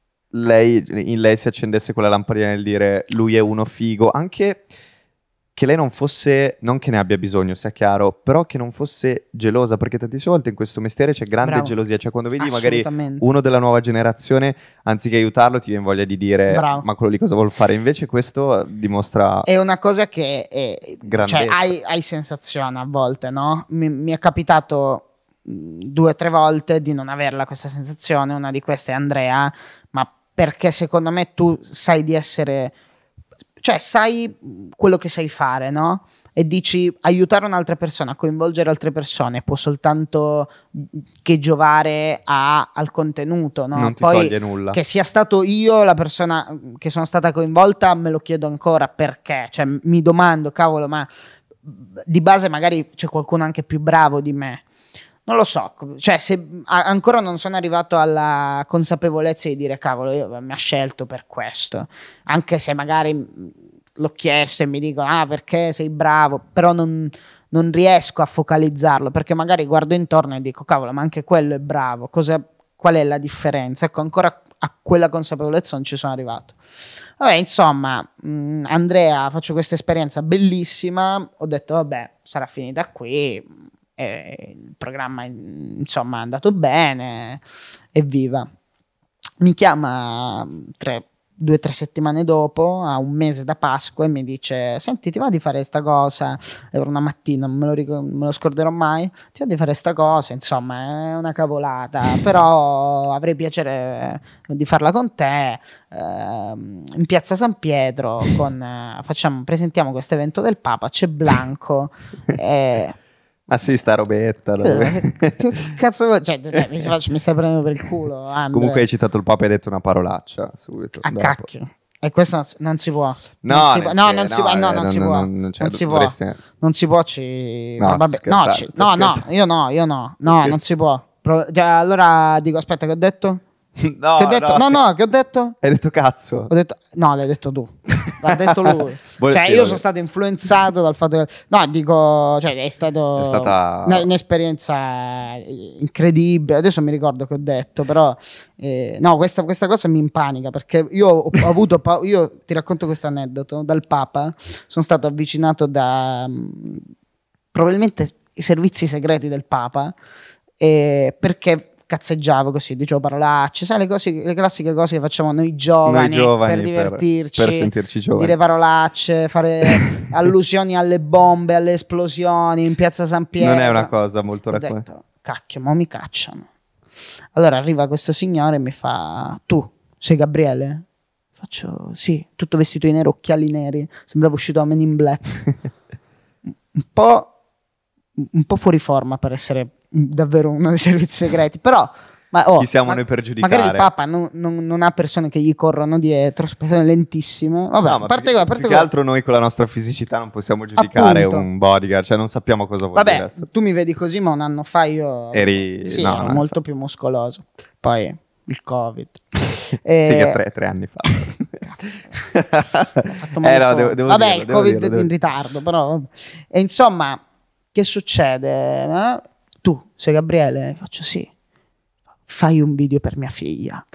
in lei si accendesse quella lampadina nel dire lui è uno figo, anche che lei non fosse, non che ne abbia bisogno, sia chiaro, però che non fosse gelosa, perché tantissime volte in questo mestiere c'è grande gelosia, cioè quando vedi magari uno della nuova generazione, anziché aiutarlo ti viene voglia di dire ma quello lì cosa vuol fare, invece questo dimostra... È una cosa che cioè, hai sensazione a volte, no? Mi è capitato 2 o 3 volte di non averla questa sensazione, una di queste è Andrea, ma perché secondo me tu sai di essere... Cioè sai quello che sai fare, no? E dici aiutare un'altra persona, coinvolgere altre persone può soltanto che giovare al contenuto, no? Non ti poi, toglie nulla. Che sia stato io la persona che sono stata coinvolta, me lo chiedo ancora perché. Cioè mi domando, cavolo, ma di base magari c'è qualcuno anche più bravo di me. Non lo so, cioè se ancora non sono arrivato alla consapevolezza di dire cavolo, mi ha scelto per questo, anche se magari l'ho chiesto e mi dicono perché sei bravo, però non riesco a focalizzarlo, perché magari guardo intorno e dico cavolo, ma anche quello è bravo, qual è la differenza? Ecco, ancora a quella consapevolezza non ci sono arrivato. Vabbè, insomma, Andrea, faccio questa esperienza bellissima, ho detto vabbè, sarà finita qui. Il programma insomma è andato bene, evviva. Mi chiama 2 o 3 settimane dopo, a un mese da Pasqua, e mi dice senti, ti va di fare sta cosa? Era una mattina, non me lo scorderò mai. Ti va di fare sta cosa? Insomma è una cavolata, però avrei piacere di farla con te, in piazza San Pietro presentiamo questo evento del Papa, c'è Blanco Ma sì, sta robetta. Che cazzo vuoi? Cioè, mi stai prendendo per il culo, Andre. Comunque hai citato il Papa e hai detto una parolaccia subito. A cacchio. E questo non si può. Non si può. Non si può. Non si può. No, vabbè. Io no. No, non si può. Allora dico, aspetta, che ho detto? No, che ho detto? No, che ho detto? Hai detto cazzo. No, l'hai detto tu. L'ha detto lui. Cioè, io sono stato influenzato dal fatto che... No, dico... Cioè, è stata un'esperienza incredibile. Adesso mi ricordo che ho detto, però... no, questa cosa mi impanica, perché io ho avuto... Io ti racconto questo aneddoto. Dal Papa sono stato avvicinato da... probabilmente i servizi segreti del Papa, perché... cazzeggiavo così, dicevo parolacce, sai le classiche cose che facciamo noi giovani per divertirci, per sentirci giovani, dire parolacce, fare allusioni alle bombe, alle esplosioni in piazza San Pietro. Non è una cosa molto ho detto, cacchio, ma mi cacciano. Allora arriva questo signore e mi fa: tu sei Gabriele? Faccio sì, tutto vestito di nero, occhiali neri, sembrava uscito da Men in Black. un po' fuori forma per essere davvero uno dei servizi segreti, però chi siamo noi per giudicare? Magari il Papa non ha persone che gli corrono dietro, persone lentissime. Vabbè, no, più che altro noi con la nostra fisicità non possiamo giudicare un bodyguard, cioè non sappiamo cosa vuol dire. Tu mi vedi così, ma un anno fa io ero molto più muscoloso. Poi il Covid. Sì, che 3 anni fa. Ho fatto male devo vabbè, dirlo, il Covid dirlo. in ritardo, però. E insomma, che succede? Tu sei Gabriele? Faccio sì. Fai un video per mia figlia.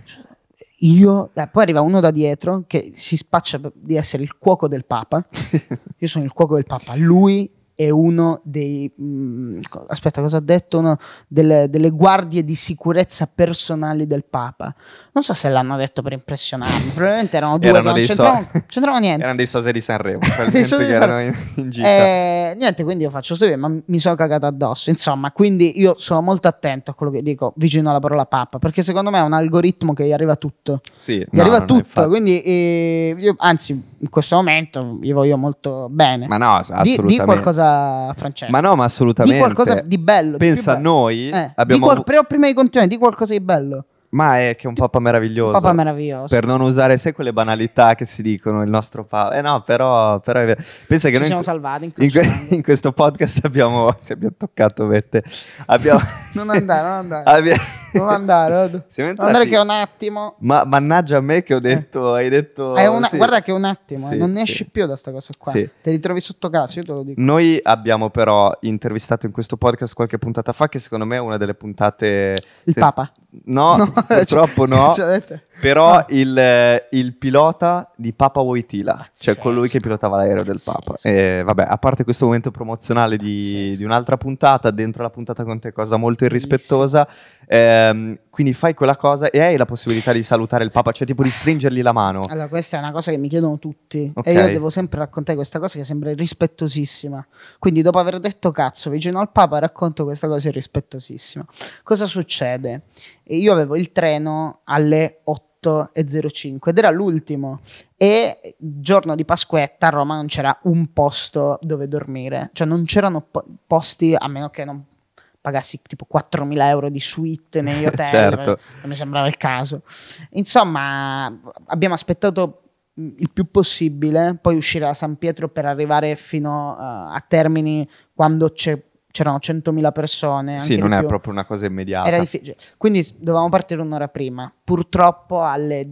Poi arriva uno da dietro che si spaccia di essere il cuoco del Papa. Io sono il cuoco del Papa. Lui è uno dei aspetta, cosa ha detto? Uno delle guardie di sicurezza personali del Papa. Non so se l'hanno detto per impressionarmi. Probabilmente erano due che non c'entravano niente. Erano dei sosia di Sanremo, Dei sosia che di erano in gita. niente, quindi io faccio sto video, ma mi sono cagato addosso. Insomma, quindi io sono molto attento a quello che dico vicino alla parola Papa, perché secondo me è un algoritmo che gli arriva tutto. Sì, Gli arriva tutto, infatti. quindi io, anzi, in questo momento gli voglio molto bene. Ma no, assolutamente. Di qualcosa, Francesco. Ma no, ma assolutamente. Di qualcosa di bello. Pensa di più bello. a noi, abbiamo prima di continuare, di qualcosa di bello. Ma è che è un Papa meraviglioso. Un Papa meraviglioso. Per non usare, sai, quelle banalità che si dicono, il nostro Papa. No, però è vero. Pensa che ci noi siamo salvati in questo podcast abbiamo toccato vette. Non andare. Non andare che è un attimo. Ma mannaggia a me che ho detto, hai detto... Sì. Guarda che è un attimo, sì, non ne sì. esci più da sta cosa qua. Sì. Te li trovi sotto casa, io te lo dico. Noi abbiamo però intervistato in questo podcast qualche puntata fa, che secondo me è una delle puntate... Il Papa? No, purtroppo no. Però no. Il pilota di Papa Wojtyla, Pazzesco. cioè colui che pilotava l'aereo del Papa. E vabbè, a parte questo momento promozionale di un'altra puntata, dentro la puntata con te, cosa molto irrispettosa. Quindi fai quella cosa e hai la possibilità di salutare il Papa, cioè tipo di stringergli la mano. Allora, questa è una cosa che mi chiedono tutti. Okay. E io devo sempre raccontare questa cosa che sembra irrispettosissima. Quindi dopo aver detto cazzo vicino al Papa racconto questa cosa irrispettosissima. Cosa succede? Io avevo il treno alle 8:05 ed era l'ultimo e giorno di Pasquetta a Roma non c'era un posto dove dormire, cioè non c'erano posti, a meno che non pagassi tipo 4.000 euro di suite negli hotel. Certo. Non mi sembrava il caso. Insomma, abbiamo aspettato il più possibile, poi uscire da San Pietro per arrivare fino a Termini quando c'erano 100.000 persone. Sì, non è proprio una cosa immediata. Era difficile. Quindi dovevamo partire un'ora prima. Purtroppo alle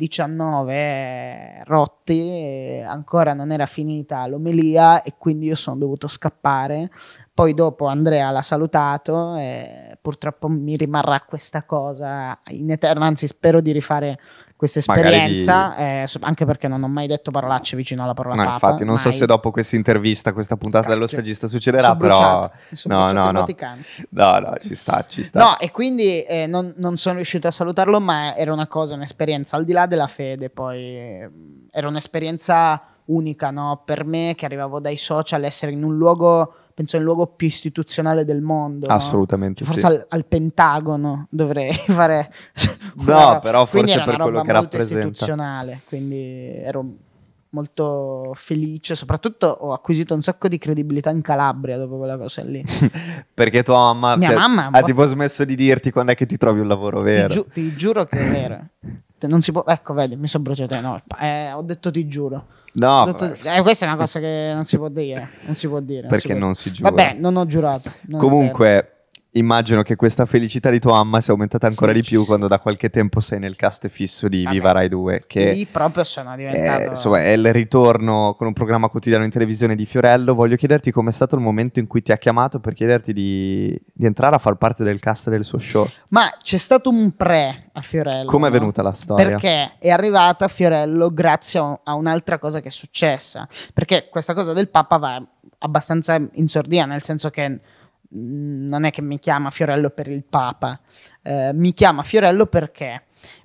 19 rotti ancora non era finita l'omelia e quindi io sono dovuto scappare. Poi dopo Andrea l'ha salutato e purtroppo mi rimarrà questa cosa in eterno, anzi spero di rifare questa esperienza, anche perché non ho mai detto parolacce vicino alla parola Papa. Infatti non so se dopo questa intervista, questa puntata dello stagista succederà, però no, ci sta. No, e quindi non sono riuscito a salutarlo, ma era un'esperienza al di là della fede, poi era un'esperienza unica, no? Per me che arrivavo dai social, essere in un luogo, penso il luogo più istituzionale del mondo. Assolutamente, no? sì. Forse al Pentagono dovrei fare. No, però forse era per quello che molto rappresenta. istituzionale, quindi ero molto felice, soprattutto ho acquisito un sacco di credibilità in Calabria dopo quella cosa lì. Perché tua mamma, mamma ha tipo smesso di dirti quando è che ti trovi un lavoro vero. Ti giuro che è vero. Non si può, ecco, vedi, mi sono bruciato. No, ho detto ti giuro. No, questa è una cosa che non si può dire. Non si può dire. Perché non si giura? Vabbè, non ho giurato. Comunque, immagino che questa felicità di tua mamma sia aumentata ancora di più quando da qualche tempo sei nel cast fisso di Viva Rai 2. Che lì proprio sono diventato. Insomma, è il ritorno con un programma quotidiano in televisione di Fiorello. Voglio chiederti com'è stato il momento in cui ti ha chiamato per chiederti di entrare a far parte del cast del suo show. Ma c'è stato un a Fiorello. Come è venuta la storia? Perché è arrivata a Fiorello grazie a un'altra cosa che è successa. Perché questa cosa del Papa va abbastanza in sordina, nel senso che non è che mi chiama Fiorello per il Papa, mi chiama Fiorello perché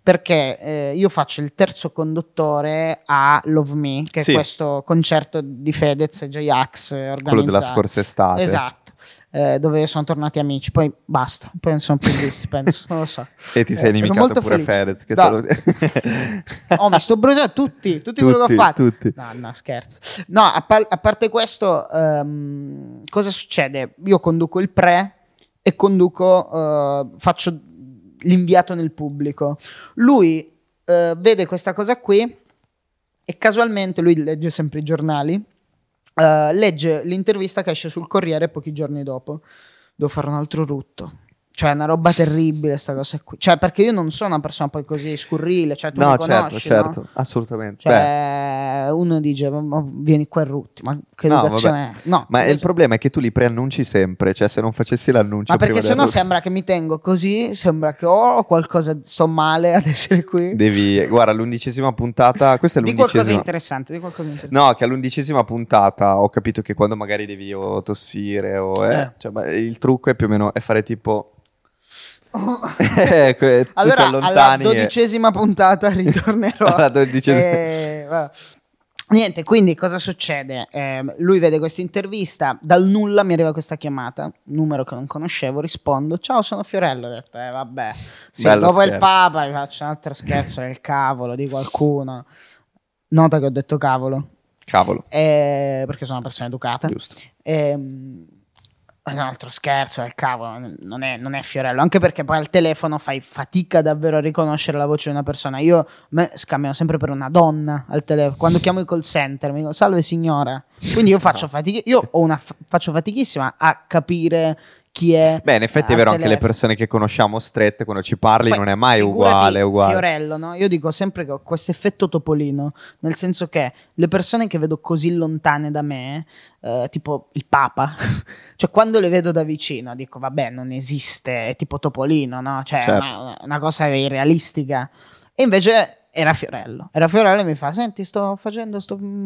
io faccio il terzo conduttore a Love Me, che è questo concerto di Fedez e J-Ax organizzato. Quello della scorsa estate. Esatto. Dove sono tornati amici, poi basta, poi non sono più visti, penso, non lo so. E ti sei inimicato pure Fedez, che mi sto bruciando tutti quello che ho fatto. No, scherzo. No, a parte questo, cosa succede? Io conduco il e faccio l'inviato nel pubblico. Lui vede questa cosa qui e casualmente lui legge sempre i giornali. Legge l'intervista che esce sul Corriere pochi giorni dopo. Devo fare un altro rutto. Cioè, è una roba terribile sta cosa qui. Cioè, perché io non sono una persona poi così scurrile, cioè tu mi conosci, certo, no? assolutamente. Cioè, uno dice, ma vieni qua e rutti, ma che No, educazione è? No, ma invece- il problema è che tu li preannunci sempre, cioè se non facessi l'annuncio ma perché prima sennò del sembra che mi tengo così, sembra che ho qualcosa, sto male ad essere qui. guarda, l'11ª puntata, questa è Di qualcosa l'11ª. interessante, di qualcosa interessante. No, che all'11ª puntata ho capito che quando magari devi o tossire o cioè, ma il trucco è più o meno è fare tipo tu ti Allora, alla allontani 12ª puntata ritornerò. Alla 12ª. Va. Niente, quindi cosa succede? Lui vede questa intervista, dal nulla mi arriva questa chiamata, numero che non conoscevo, rispondo, ciao sono Fiorello, ho detto, vabbè, sì, Bello dopo il scherzo. Papa vi faccio un altro scherzo del cavolo di qualcuno, nota che ho detto cavolo, Cavolo, perché sono una persona educata. giusto. Un altro scherzo del cavolo, non è Fiorello, anche perché poi al telefono fai fatica davvero a riconoscere la voce di una persona. Me scambiano sempre per una donna al telefono. Quando chiamo i call center mi dicono salve signora. Quindi io faccio fatica, faccio fatichissima a capire chi è. Beh, in effetti è al vero, anche le telefono. persone che conosciamo strette, quando ci parli Poi, non è mai figurati uguale. Fiorello, no? Io dico sempre che ho questo effetto Topolino, nel senso che le persone che vedo così lontane da me, tipo il Papa, cioè quando le vedo da vicino dico vabbè non esiste, è tipo Topolino, no? Cioè Certo. una cosa irrealistica. E invece era Fiorello e mi fa senti sto facendo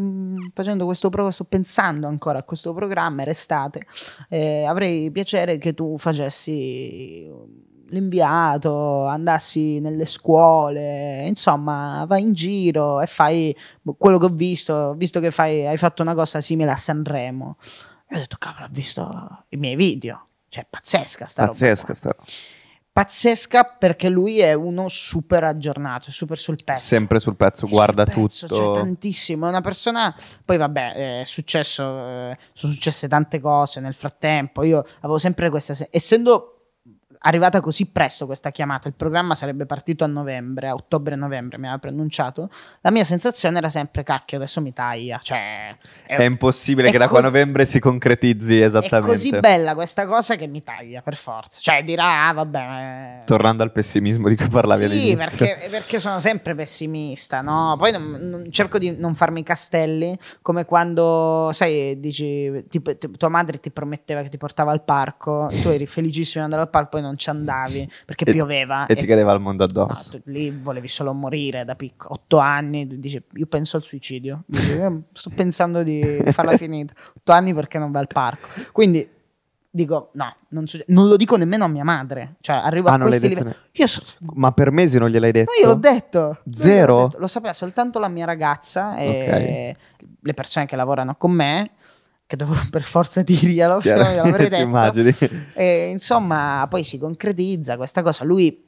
questo programma, sto pensando ancora a questo programma, era estate, avrei piacere che tu facessi l'inviato, andassi nelle scuole, insomma vai in giro e fai quello che ho visto che hai fatto una cosa simile a Sanremo. E ho detto cavolo, ho visto i miei video, cioè pazzesca sta roba qua. Pazzesca sta roba. Pazzesca perché lui è uno super aggiornato, super sul pezzo. Sempre sul pezzo, guarda Sul pezzo, tutto. cioè tantissimo. È una persona. Poi, vabbè, sono successe tante cose nel frattempo. Io avevo sempre questa. Essendo arrivata così presto questa chiamata, il programma sarebbe partito a novembre, a ottobre-novembre mi aveva preannunciato. La mia sensazione era sempre cacchio, adesso mi taglia. Cioè, È impossibile è che da qua a così- novembre si concretizzi esattamente. È così bella questa cosa che mi taglia per forza. Cioè, dirà, vabbè. Tornando al pessimismo di cui parlavi Sì, all'inizio. perché sono sempre pessimista, no? Poi cerco di non farmi castelli, come quando, sai, dici, tua madre ti prometteva che ti portava al parco, tu eri felicissimo di andare al parco, poi non ci andavi perché pioveva. E ti cadeva il mondo No, addosso. tu lì volevi solo morire da piccolo, 8 anni, tu dici, io penso al suicidio, dici, sto pensando di farla finita, 8 anni perché non vai al parco, quindi dico no, non lo dico nemmeno a mia madre, cioè arrivo a non l'hai questi detto livelli. Io Ma per mesi non gliel'hai detto? no, io l'ho detto. Zero? Io l'ho detto. Lo sapeva soltanto la mia ragazza e le persone che lavorano con me, che dovevo per forza dirglielo, se no glielo avrei Ti detto. immagini? E insomma, poi si concretizza questa cosa. Lui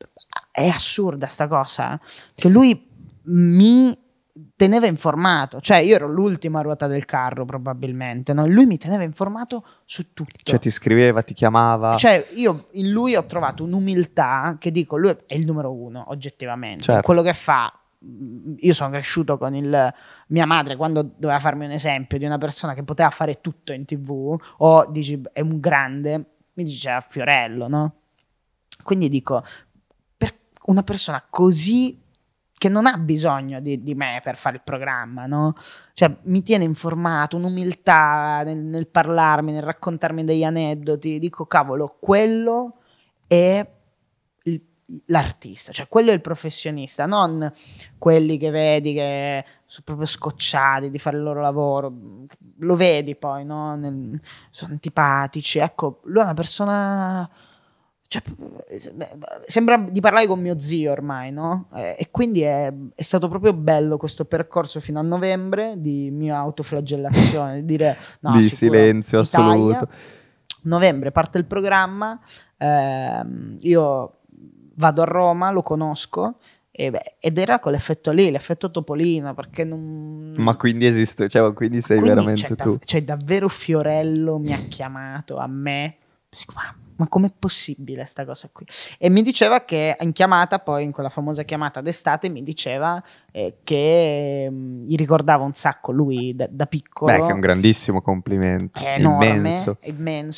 è assurda sta cosa, che lui mi teneva informato, cioè io ero l'ultima ruota del carro probabilmente, no? Lui mi teneva informato su tutto. Cioè ti scriveva, ti chiamava. Cioè, io in lui ho trovato un'umiltà che dico, lui è il numero uno, oggettivamente. Certo. Quello che fa, io sono cresciuto con mia madre quando doveva farmi un esempio di una persona che poteva fare tutto in TV, o dici è un grande, mi diceva Fiorello, no? Quindi dico, per una persona così che non ha bisogno di me per fare il programma, no? Cioè mi tiene informato, un'umiltà nel parlarmi, nel raccontarmi degli aneddoti, dico cavolo, quello è l'artista, cioè quello è il professionista, non quelli che vedi che sono proprio scocciati di fare il loro lavoro, lo vedi poi, no? Sono antipatici, ecco, lui è una persona... Cioè, sembra di parlare con mio zio ormai, no? E quindi è stato proprio bello questo percorso fino a novembre di mia autoflagellazione, di dire no, Di sicuro, silenzio mi taglia. assoluto. Novembre parte il programma, io vado a Roma, lo conosco ed era quell'effetto lì, l'effetto Topolino, perché non... Ma quindi esiste, cioè quindi sei Quindi veramente tu. cioè davvero Fiorello mi ha chiamato a me, ma com'è possibile sta cosa qui? E mi diceva che in chiamata, poi in quella famosa chiamata d'estate, mi diceva che gli ricordava un sacco lui da piccolo. Beh, che è un grandissimo complimento. È enorme, Immenso. è immenso,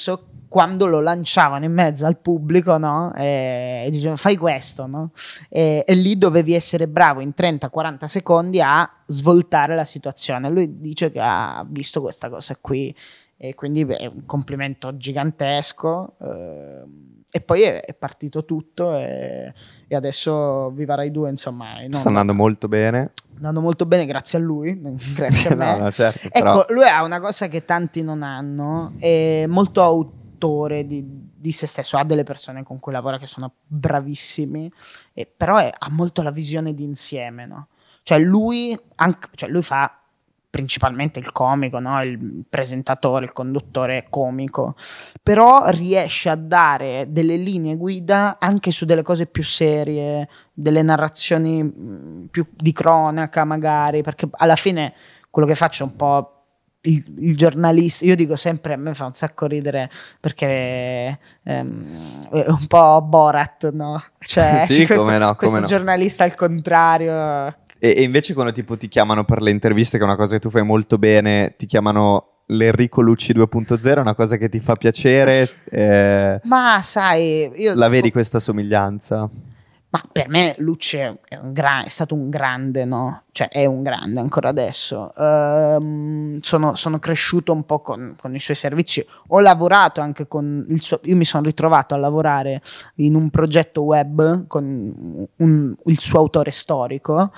quando lo lanciavano in mezzo al pubblico, no? E dicevano fai questo, no? E lì dovevi essere bravo in 30-40 secondi a svoltare la situazione. Lui dice che ha visto questa cosa qui e quindi è un complimento gigantesco, e poi è partito tutto e adesso Viva Rai 2 insomma sta andando molto bene. Andando molto bene grazie a lui, grazie a me. No, certo, ecco, però... lui ha una cosa che tanti non hanno, è molto autore di se stesso, ha delle persone con cui lavora che sono bravissimi, però ha molto la visione d'insieme, no? Cioè lui fa principalmente il comico, no? Il presentatore, il conduttore comico, però riesce a dare delle linee guida anche su delle cose più serie, delle narrazioni più di cronaca magari, perché alla fine quello che faccio è un po' il giornalista. Io dico sempre, a me fa un sacco ridere perché è un po' Borat, no? Cioè, sì, questo come no. Giornalista al contrario. E invece quando tipo ti chiamano per le interviste, che è una cosa che tu fai molto bene, ti chiamano l'Enrico Lucci 2.0, è una cosa che ti fa piacere? Ma sai, io la vedi questa somiglianza? Ma per me Lucci è stato un grande, no? Cioè è un grande ancora adesso. Sono cresciuto un po' con i suoi servizi. Ho lavorato anche con il suo... Io mi sono ritrovato a lavorare in un progetto web con il suo autore storico.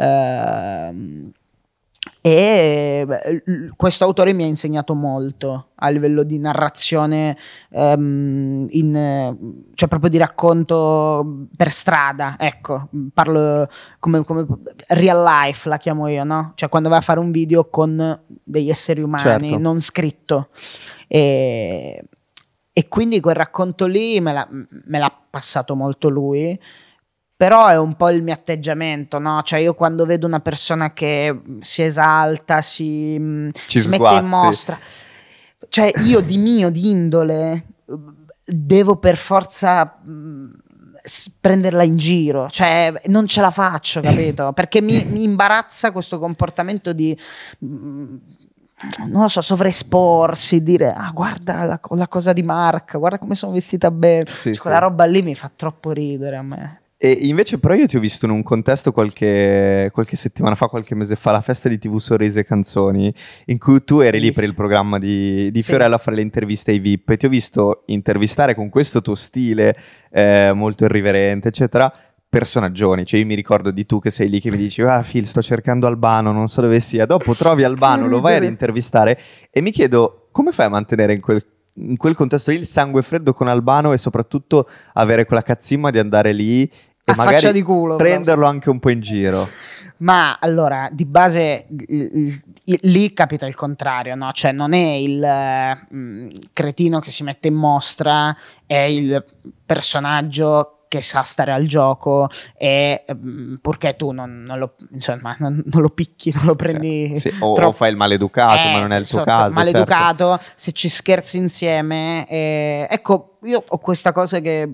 E questo autore mi ha insegnato molto a livello di narrazione, cioè proprio di racconto per strada, ecco, parlo come real life la chiamo io, no? Cioè quando vai a fare un video con degli esseri umani, certo, non scritto, e quindi quel racconto lì me l'ha passato molto lui. Però è un po' il mio atteggiamento, no? Cioè io quando vedo una persona che si esalta, si mette in mostra, cioè io di indole devo per forza prenderla in giro, cioè non ce la faccio, capito? Perché mi imbarazza questo comportamento di... non lo so, sovraesporsi, dire guarda la cosa di marca, guarda come sono vestita bene, sì, sì. Quella roba lì mi fa troppo ridere a me. E invece però io ti ho visto in un contesto qualche settimana fa, qualche mese fa, la festa di TV Sorrisi e Canzoni, in cui tu eri lì per il programma di Fiorello a fare le interviste ai VIP, e ti ho visto intervistare con questo tuo stile molto irriverente, eccetera, personaggioni. Cioè io mi ricordo di tu che sei lì che mi dici Phil, sto cercando Albano, non so dove sia, dopo trovi Albano, lo vai ad intervistare, e mi chiedo come fai a mantenere in quel contesto lì il sangue freddo con Albano, e soprattutto avere quella cazzimma di andare lì e a magari faccia di culo, prenderlo anche un po' in giro. Ma allora, di base lì capita il contrario, no? Cioè non è il cretino che si mette in mostra, è il personaggio che sa stare al gioco, e purché tu non lo picchi, non lo prendi, sì, o fai il maleducato, ma non è il tuo caso, maleducato, certo. Se ci scherzi insieme, ecco, io ho questa cosa che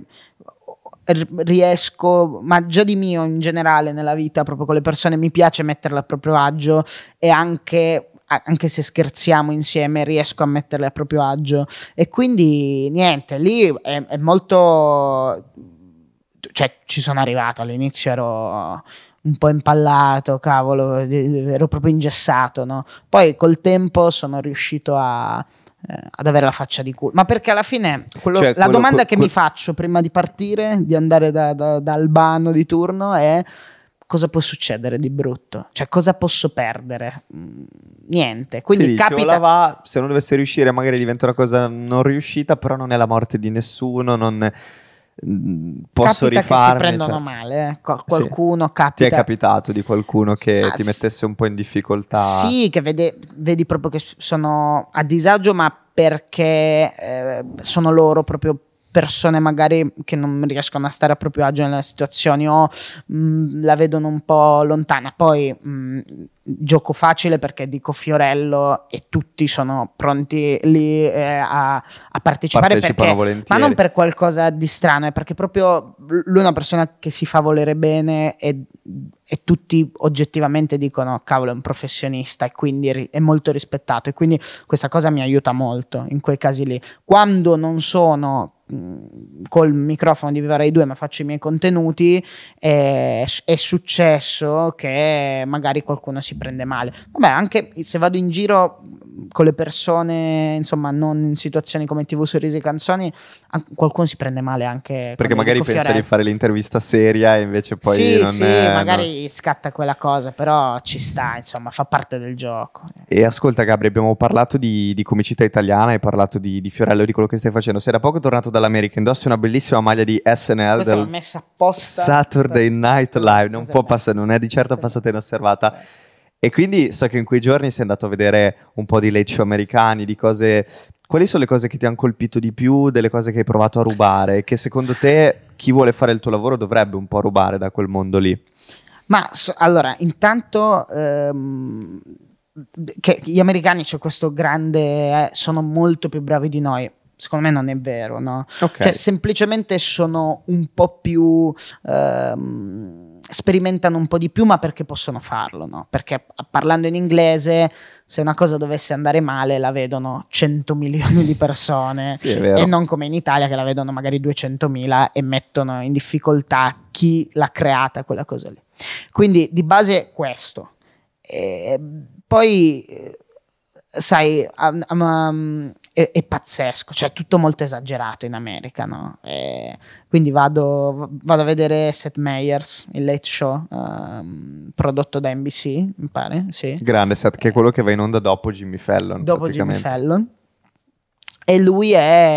riesco, ma già di mio in generale nella vita, proprio con le persone mi piace metterle a proprio agio, e anche se scherziamo insieme riesco a metterle a proprio agio, e quindi niente, lì è molto... Cioè ci sono arrivato, all'inizio ero un po' impallato, cavolo, ero proprio ingessato, no? Poi col tempo sono riuscito ad avere la faccia di culo, ma perché alla fine la domanda che mi faccio prima di partire, di andare da Albano di turno, è: cosa può succedere di brutto? Cioè cosa posso perdere? Niente. Quindi capita, se non dovesse riuscire magari diventa una cosa non riuscita, però non è la morte di nessuno, non posso capita rifarmi, che si prendono certo. male, qualcuno capita. Ti è capitato di qualcuno che ti mettesse un po' in difficoltà? Sì, che vedi proprio che sono a disagio, ma perché sono loro proprio persone magari che non riescono a stare a proprio agio nelle situazioni, o la vedono un po' lontana. Poi gioco facile perché dico Fiorello e tutti sono pronti lì a partecipare, perché, ma non per qualcosa di strano, è perché proprio lui è una persona che si fa volere bene e e tutti oggettivamente dicono cavolo è un professionista e quindi è molto rispettato, e quindi questa cosa mi aiuta molto in quei casi lì. Quando non sono col microfono di Viva Rai 2 ma faccio i miei contenuti, è successo che magari qualcuno si prende male. Vabbè, anche se vado in giro con le persone, insomma, non in situazioni come TV Sorrisi e Canzoni, qualcuno si prende male anche perché magari pensa Fiorello. di fare l'intervista seria e invece poi sì, non sì, è, magari scatta quella cosa, però ci sta, insomma, fa parte del gioco. E ascolta Gabri, abbiamo parlato di comicità italiana, hai parlato di Fiorello, di quello che stai facendo. Sei da poco tornato dall'America, indossi una bellissima maglia di SNL Questa l'ho del messa apposta Saturday Night Live, non Questa può è passare, non è di certo Questa è passata inosservata. E quindi so che in quei giorni sei andato a vedere un po' di late show americani, di cose. Quali sono le cose che ti hanno colpito di più, delle cose che hai provato a rubare, che secondo te chi vuole fare il tuo lavoro dovrebbe un po' rubare da quel mondo lì? Ma allora, intanto che gli americani c'è questo grande, sono molto più bravi di noi. Secondo me non è vero, no? Ok. Cioè, semplicemente sono un po' più sperimentano un po' di più, ma perché possono farlo, no? Perché parlando in inglese, se una cosa dovesse andare male, la vedono 100 milioni di persone, Sì, è vero. e non come in Italia che la vedono magari 200.000 e mettono in difficoltà chi l'ha creata quella cosa lì. Quindi di base questo. E poi sai, è pazzesco, cioè tutto molto esagerato in America, no? Quindi vado a vedere Seth Meyers, il Late Show, prodotto da NBC, mi pare, sì. Grande Seth, che è quello che va in onda dopo Jimmy Fallon. Dopo Jimmy praticamente. Fallon. E lui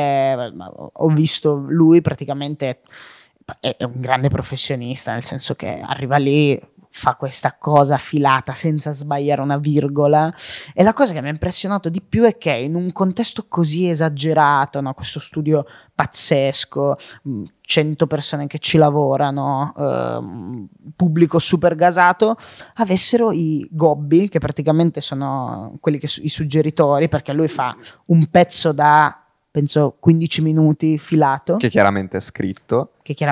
ho visto lui praticamente è un grande professionista, nel senso che arriva lì, fa questa cosa filata senza sbagliare una virgola, e la cosa che mi ha impressionato di più è che in un contesto così esagerato, no? Questo studio pazzesco, 100 persone che ci lavorano, pubblico super gasato, avessero i gobbi, che praticamente sono quelli che i suggeritori, perché lui fa un pezzo da penso 15 minuti filato, Che chiaramente è scritto.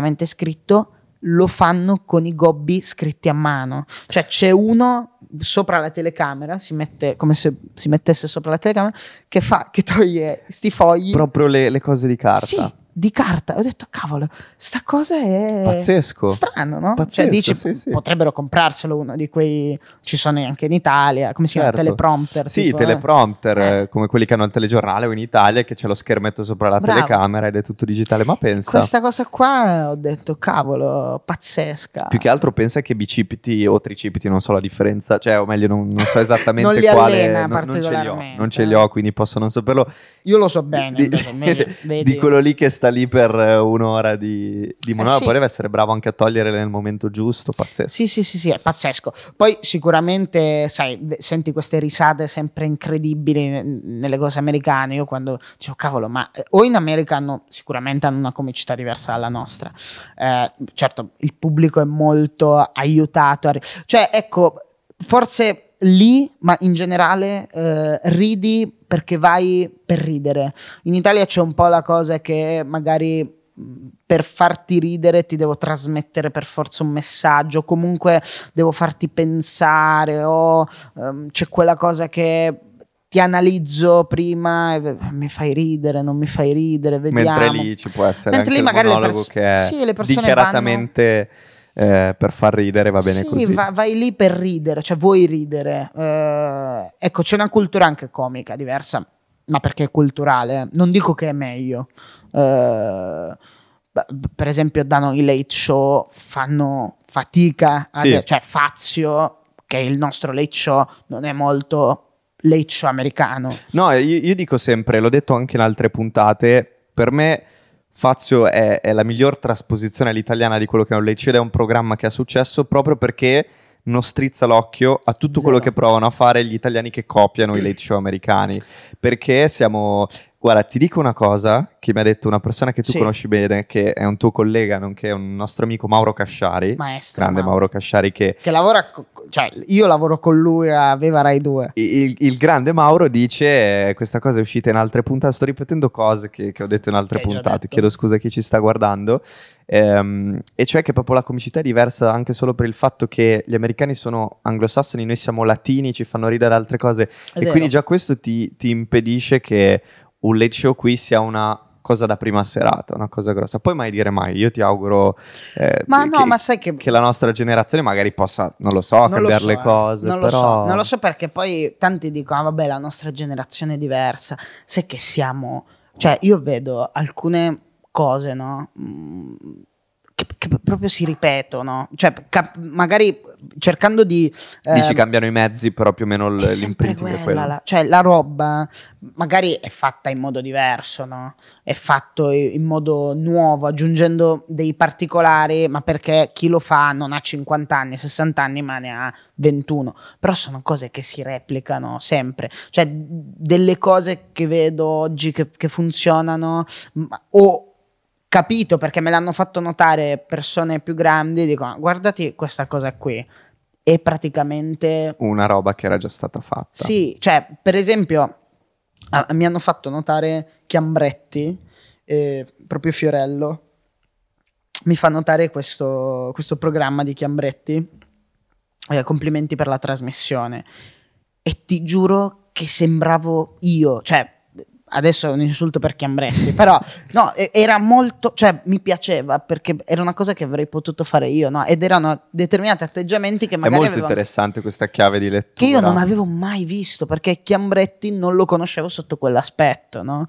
lo fanno con i gobbi scritti a mano. Cioè c'è uno sopra la telecamera, si mette come se si mettesse sopra la telecamera, che toglie sti fogli. Proprio le cose di carta. Sì, di carta. Ho detto, cavolo, sta cosa è Pazzesco. strano, no? Pazzesco, Cioè dici, sì. potrebbero comprarselo uno di quei, ci sono anche in Italia, come si chiama? Certo. Teleprompter. Sì, tipo, teleprompter, come quelli che hanno il telegiornale o in Italia, che c'è lo schermetto sopra la Bravo. telecamera ed è tutto digitale. Ma pensa, Questa cosa qua ho detto, cavolo, pazzesca. più che altro pensa che bicipiti o tricipiti, non so la differenza, cioè o meglio non so esattamente Non li quale, allena non ce li ho, particolarmente. non ce li ho, quindi posso non saperlo. Io lo so bene, invece, vedi. Di quello lì che sta lì per un'ora di monologo, sì. poi deve essere bravo anche a togliere nel momento giusto, pazzesco. Sì, è pazzesco. Poi sicuramente, sai, senti queste risate sempre incredibili nelle cose americane. Io quando dicevo, cavolo, ma o in America sicuramente hanno una comicità diversa dalla nostra. Certo, il pubblico è molto aiutato. Cioè, ecco, forse lì, ma in generale ridi perché vai per ridere. In Italia c'è un po' la cosa che magari per farti ridere ti devo trasmettere per forza un messaggio, comunque devo farti pensare, o c'è quella cosa che ti analizzo prima e mi fai ridere, non mi fai ridere, vediamo. Mentre lì ci può essere Mentre anche lì il magari monologo che è sì, le persone dichiaratamente per far ridere, va bene sì, così. vai lì per ridere, cioè vuoi ridere. Ecco, c'è una cultura anche comica diversa, ma perché è culturale. Non dico che è meglio. Per esempio, danno i late show, fanno fatica, Sì. cioè Fazio, che è il nostro late show, non è molto late show americano. No, io dico sempre, l'ho detto anche in altre puntate, per me Fazio è la miglior trasposizione all'italiana di quello che è un late show ed è un programma che ha successo proprio perché non strizza l'occhio a tutto quello che provano a fare gli italiani che copiano i late show americani, perché siamo Guarda, ti dico una cosa che mi ha detto una persona che tu Sì. conosci bene, che è un tuo collega, nonché un nostro amico Mauro Casciari, Maestro grande Mauro Casciari, che che lavora, cioè io lavoro con lui a Viva Rai 2. il grande Mauro dice questa cosa è uscita in altre puntate, sto ripetendo cose che ho detto in altre Che hai già puntate, detto. chiedo scusa a chi ci sta guardando, e cioè che proprio la comicità è diversa anche solo per il fatto che gli americani sono anglosassoni, noi siamo latini, ci fanno ridere altre cose, È e vero. quindi già questo ti impedisce che un late show qui sia una cosa da prima serata, una cosa grossa. Poi mai dire mai, io ti auguro Ma no, ma sai che la nostra generazione magari possa, non lo so, non lo cambiare so, le cose, non lo però... so, non lo so perché poi tanti dicono, ah, vabbè, la nostra generazione è diversa. Sai che siamo, cioè io vedo alcune cose, no? Che proprio si ripetono, cioè magari cercando di Dici cambiano i mezzi, però più o meno è sempre l'imprinting è quella, quello. cioè la roba magari è fatta in modo diverso, no? È fatto in modo nuovo, aggiungendo dei particolari, ma perché chi lo fa non ha 50 anni, 60 anni, ma ne ha 21. Però sono cose che si replicano sempre, cioè delle cose che vedo oggi che funzionano, o capito perché me l'hanno fatto notare persone più grandi, dicono guardati questa cosa qui, è praticamente Una roba che era già stata fatta. sì, cioè per esempio mi hanno fatto notare Chiambretti, proprio Fiorello mi fa notare questo programma di Chiambretti, complimenti per la trasmissione, e ti giuro che sembravo io, cioè adesso è un insulto per Chiambretti, però no, era molto, cioè mi piaceva perché era una cosa che avrei potuto fare io, no? Ed erano determinati atteggiamenti che È magari molto avevano, interessante questa chiave di lettura. che io non avevo mai visto, perché Chiambretti non lo conoscevo sotto quell'aspetto, no?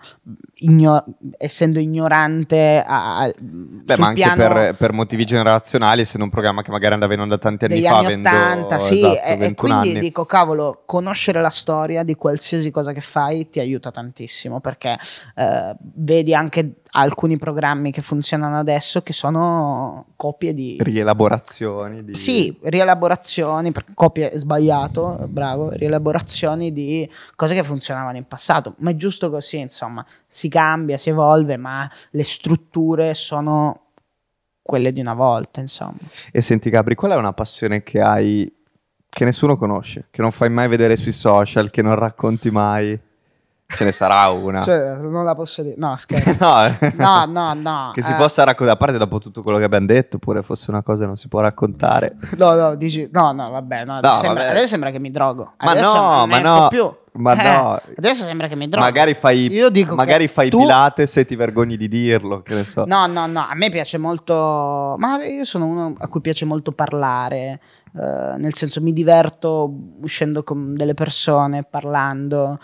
Essendo ignorante Beh, sul ma anche piano per motivi generazionali, essendo un programma che magari andava in onda tanti anni degli fa, anni avendo 80, sì, esatto, e 21 quindi anni. dico, cavolo, conoscere la storia di qualsiasi cosa che fai ti aiuta tantissimo, perché vedi anche alcuni programmi che funzionano adesso che sono copie di... Rielaborazioni. Sì, rielaborazioni, copie è sbagliato, bravo, rielaborazioni di cose che funzionavano in passato, ma è giusto così, insomma, si cambia, si evolve, ma le strutture sono quelle di una volta, insomma. E senti Gabri, qual è una passione che hai che nessuno conosce, che non fai mai vedere sui social, che non racconti mai? Ce ne sarà una. Cioè, non la posso dire. No, scherzo. No. No. Che si possa raccontare, a parte dopo tutto quello che abbiamo detto, oppure fosse una cosa che non si può raccontare. No, dici... No, vabbè, no. No, Adesso sembra che mi drogo. Ma Adesso no, non ma ne esco no. più. Ma no. Adesso sembra che mi drogo. Magari fai, Io dico magari che fai tu... Pilates e ti vergogni di dirlo, che ne so. No, a me piace molto... Ma io sono uno a cui piace molto parlare. Nel senso, mi diverto uscendo con delle persone, parlando.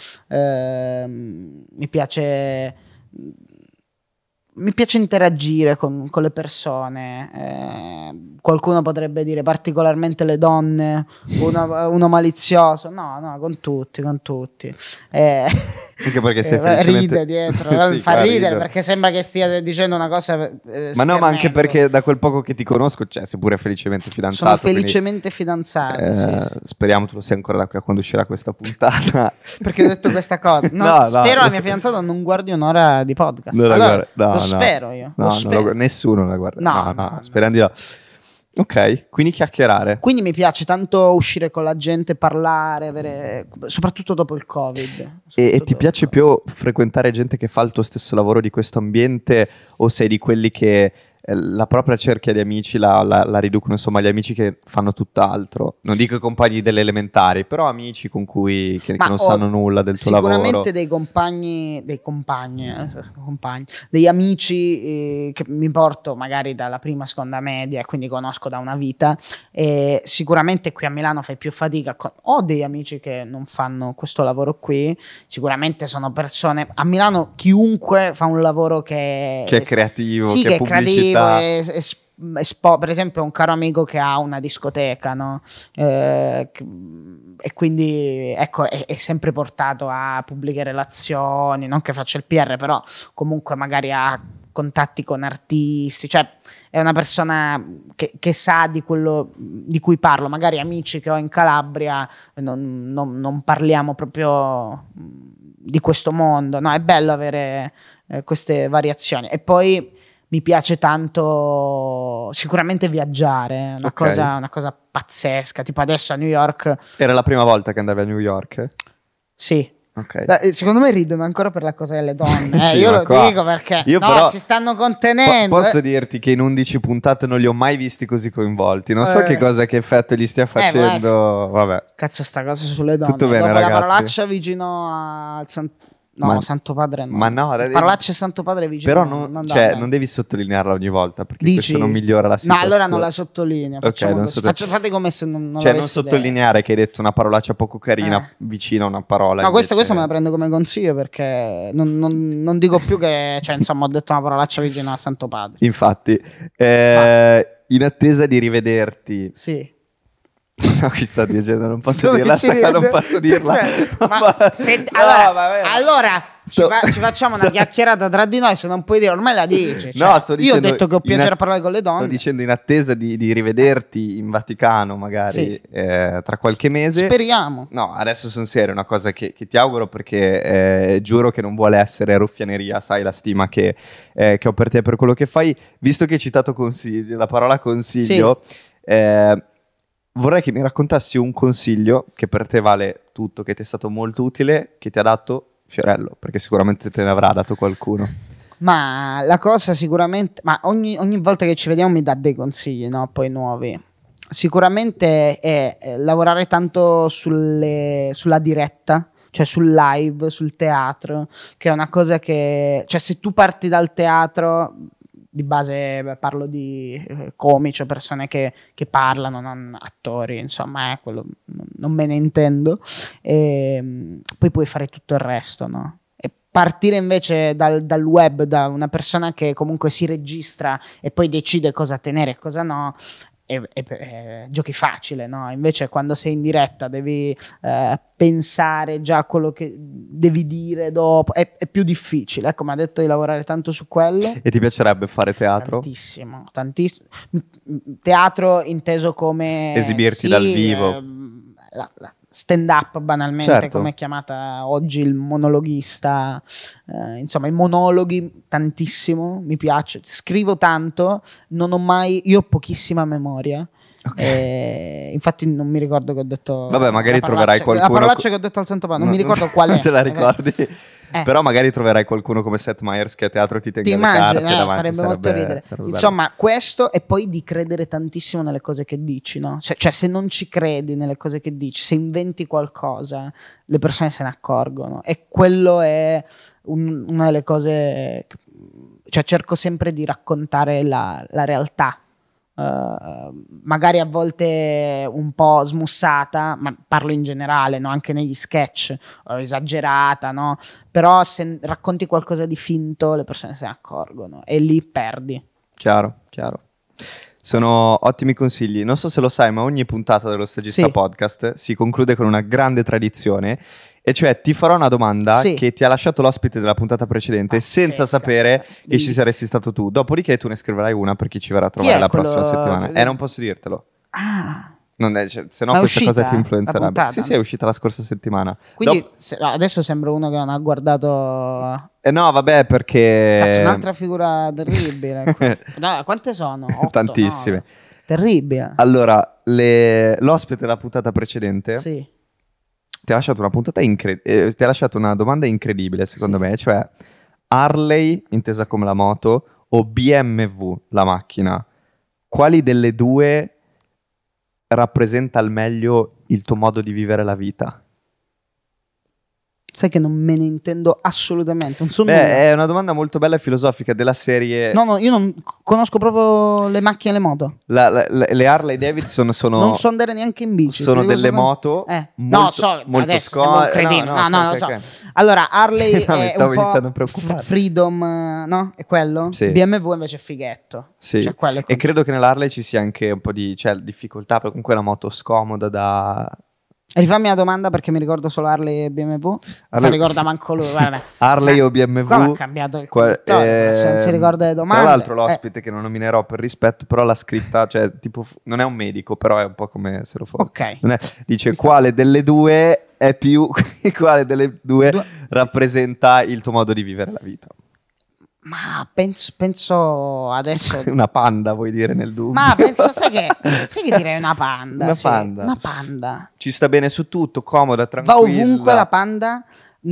Mi piace interagire con le persone. Qualcuno potrebbe dire particolarmente le donne, uno malizioso. No, con tutti. Anche perché sei Ride felicemente... dietro, Sì, fa fa ridere perché sembra che stia dicendo una cosa. Ma no, ma anche schernendo. perché da quel poco che ti conosco, cioè, sei pure felicemente fidanzato. Sono felicemente fidanzato. Sì. Speriamo tu lo sia ancora da qui a quando uscirà questa puntata. Perché ho detto questa cosa. No, spero la mia fidanzata non guardi un'ora di podcast. Non la Allora, guarda- no, lo no. spero io. No, lo spero. nessuno la guarda. No. Speriamo di no. Ok, quindi chiacchierare. Quindi mi piace tanto uscire con la gente, parlare, soprattutto dopo il Covid. E ti piace più frequentare gente che fa il tuo stesso lavoro di questo ambiente, o sei di quelli che la propria cerchia di amici la riducono, insomma, agli amici che fanno tutt'altro? Non dico i compagni delle elementari, però amici con cui che non sanno nulla del tuo lavoro. Sicuramente degli amici che mi porto magari dalla prima, seconda media, e quindi conosco da una vita. E sicuramente qui a Milano fai più fatica. Ho dei amici che non fanno questo lavoro qui. Sicuramente sono persone... A Milano chiunque fa un lavoro che è creativo, sì, che è creativo, pubblicità. per esempio, un caro amico che ha una discoteca, no? E quindi ecco, è sempre portato a pubbliche relazioni, non che faccia il PR, però comunque magari ha contatti con artisti, cioè è una persona che sa di quello di cui parlo. Magari amici che ho in Calabria non parliamo proprio di questo mondo, no? È bello avere queste variazioni. E poi mi piace tanto sicuramente viaggiare, una cosa pazzesca, tipo adesso a New York. Era la prima volta che andavi a New York? Sì. Ok. Beh, secondo me ridono ancora per la cosa delle donne. Sì, io ma lo qua- dico perché io no, però si stanno contenendo. Posso dirti che in 11 puntate non li ho mai visti così coinvolti. Non so che cosa, che effetto gli stia facendo. Vabbè. Cazzo, sta cosa sulle donne. Tutto bene, Dopo ragazzi. la parolaccia vicino al Santo Padre no. Ma no, Parolaccia e Santo Padre vicino. però non devi sottolinearla ogni volta, perché Dici? questo non migliora la No, situazione. allora non la sottolineo. Facciamo non così. Fate come se non cioè, non l'avessi sottolineare che hai detto una parolaccia poco carina vicino a una parola. No, invece... questo me la prendo come consiglio, perché non dico più che, cioè, insomma, ho detto una parolaccia vicino a Santo Padre. Infatti, in attesa di rivederti. Sì. No, qui sta dicendo, non posso Dove dirla, ci ride? non posso dirla. Allora ci facciamo una chiacchierata tra di noi, se non puoi dire, ormai la dici. Cioè, No, sto dicendo, io ho detto che ho piacere a parlare con le donne. Sto dicendo in attesa di rivederti in Vaticano, magari Sì. tra qualche mese. Speriamo. No, adesso sono serio, è una cosa che ti auguro, perché giuro che non vuole essere ruffianeria, sai, la stima che ho per te e per quello che fai. Visto che hai citato consiglio, la parola consiglio, vorrei che mi raccontassi un consiglio che per te vale tutto, che ti è stato molto utile, che ti ha dato Fiorello, perché sicuramente te ne avrà dato qualcuno. Ma la cosa sicuramente, ma ogni volta che ci vediamo mi dà dei consigli, no? Poi nuovi. Sicuramente è lavorare tanto sulla diretta, cioè sul live, sul teatro, che è una cosa che, cioè, se tu parti dal teatro, di base parlo di comici o persone che parlano, non attori, insomma, quello non me ne intendo. Poi puoi fare tutto il resto, no? E partire invece dal web, da una persona che comunque si registra e poi decide cosa tenere e cosa no, giochi facile, no? Invece quando sei in diretta devi pensare già a quello che devi dire dopo, è più difficile. Ecco, mi ha detto di lavorare tanto su quello. E ti piacerebbe fare teatro? Tantissimo. Teatro inteso come esibirti dal vivo. La stand up, banalmente, certo, come è chiamata oggi, il monologhista, insomma i monologhi tantissimo, mi piace, scrivo tanto, io ho pochissima memoria. Okay. Infatti non mi ricordo che ho detto. Vabbè, magari troverai qualcuno. La parolaccia che ho detto al Santo Padre, non mi ricordo qual è. Non te la ricordi? Però magari troverai qualcuno come Seth Meyers che a teatro ti tenga le carte davanti. Farebbe molto ridere. Insomma, questo, e poi di credere tantissimo nelle cose che dici, no? Cioè, se non ci credi nelle cose che dici, se inventi qualcosa, le persone se ne accorgono. E quello è una delle cose. Cioè, cerco sempre di raccontare la realtà. Magari a volte un po' smussata, ma parlo in generale, no? Anche negli sketch, esagerata, no? Però se racconti qualcosa di finto, le persone se ne accorgono e lì perdi. Chiaro. Sono ottimi consigli. Non so se lo sai, ma ogni puntata dello Stagista Podcast si conclude con una grande tradizione, e cioè ti farò una domanda che ti ha lasciato l'ospite della puntata precedente senza sapere che ci saresti stato tu. Dopodiché tu ne scriverai una per chi ci verrà a trovare la prossima settimana. Non posso dirtelo. Se no questa cosa ti influenzerebbe. Sì, è uscita la scorsa settimana. Quindi adesso sembra uno che non ha guardato. No, vabbè, perché Cazzo, un'altra figura terribile. No, quante sono? 8, tantissime. 9. Terribile. Allora, l'ospite della puntata precedente ti ha lasciato una puntata ti ha lasciato una domanda incredibile, secondo me, cioè Harley intesa come la moto o BMW la macchina, quali delle due rappresenta al meglio il tuo modo di vivere la vita? Sai che non me ne intendo assolutamente. È una domanda molto bella e filosofica della serie. No, io non conosco proprio le macchine e le moto. Le Harley Davidson sono. Non so andare neanche in bici. Sono delle moto. Molto adesso sembra un cretino. No, lo so. Allora, Harley è stavo iniziando a un preoccupare. po' freedom, no? È quello? Sì. BMW invece è fighetto. Sì. Cioè, quello è e credo che nell'Harley ci sia anche un po' di difficoltà, perché comunque è una moto scomoda da. Rifammi la domanda, perché mi ricordo solo Harley e BMW. Non si ricorda manco lui. Harley o BMW? Qua ha cambiato il conduttore, non si ricorda le domande. Tra l'altro l'ospite che non nominerò per rispetto, però l'ha scritta, cioè tipo non è un medico, però è un po' come se lo fosse. Ok. Dice quale delle due è più quale delle due rappresenta il tuo modo di vivere la vita? Ma penso adesso... Una panda, vuoi dire, nel dubbio? Ma penso, sai che direi una panda. Una sì. panda. Una panda. Ci sta bene su tutto, comoda, Va tranquilla. ovunque la panda.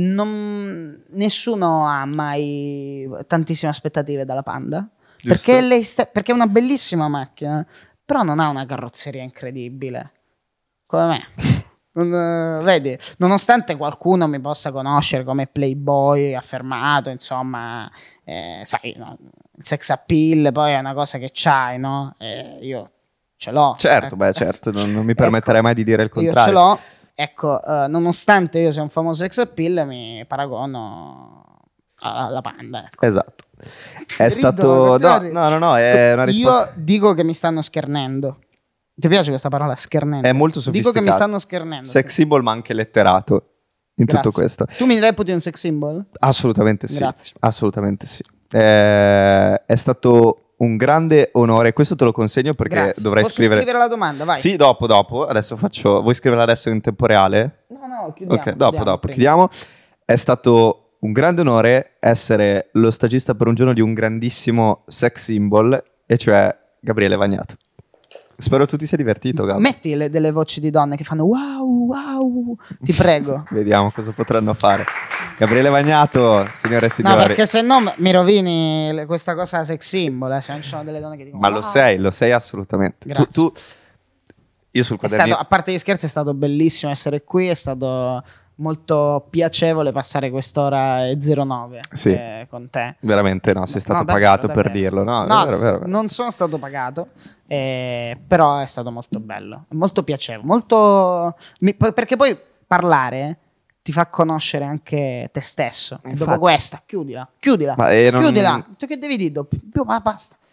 Nessuno ha mai tantissime aspettative dalla panda. Giusto. Perché è una bellissima macchina, però non ha una carrozzeria incredibile. Come me. Vedi, nonostante qualcuno mi possa conoscere come playboy affermato, insomma, sai, no? Il sex appeal poi è una cosa che c'hai, no? Io ce l'ho. Certo, beh, certo, non mi permetterei mai di dire il contrario. Io ce l'ho, ecco, nonostante io sia un famoso sex appeal, mi paragono alla panda. Ecco. Esatto. È stato... No, è una risposta... Io dico che mi stanno schernendo. Ti piace questa parola, schernendo? È molto sofisticato. Dico che mi stanno schernendo. Sex symbol, ma anche letterato in Grazie. tutto questo. Tu mi reputi un sex symbol? Assolutamente sì. Grazie. Assolutamente sì. È stato un grande onore. Questo te lo consegno perché Grazie. dovrai Posso scrivere... la domanda? Vai. Sì, dopo. Adesso faccio... Vuoi scriverla adesso in tempo reale? No, chiudiamo. Ok, dopo. prima. Chiudiamo. È stato un grande onore essere lo stagista per un giorno di un grandissimo sex symbol, e cioè Gabriele Vagnato. Spero tu ti sia divertito, Gab. Metti delle voci di donne che fanno wow, ti prego. Vediamo cosa potranno fare. Gabriele Vagnato, signore e signori. No, perché se no mi rovini questa cosa sex symbol, se non ci sono delle donne che dicono Ma wow. lo sei assolutamente. Grazie. Io sul È quadernino... stato, a parte gli scherzi, è stato bellissimo essere qui, è stato molto piacevole passare quest'ora e 09 Sì. con te. Veramente no, sei stato davvero, pagato per davvero. dirlo. No, No, vero. non sono stato pagato, però è stato molto bello, molto piacevole, molto... perché poi parlare ti fa conoscere anche te stesso. E dopo Infatti. questa, chiudila. Ma, non- Chiudila. Tu che devi dire? Ma basta.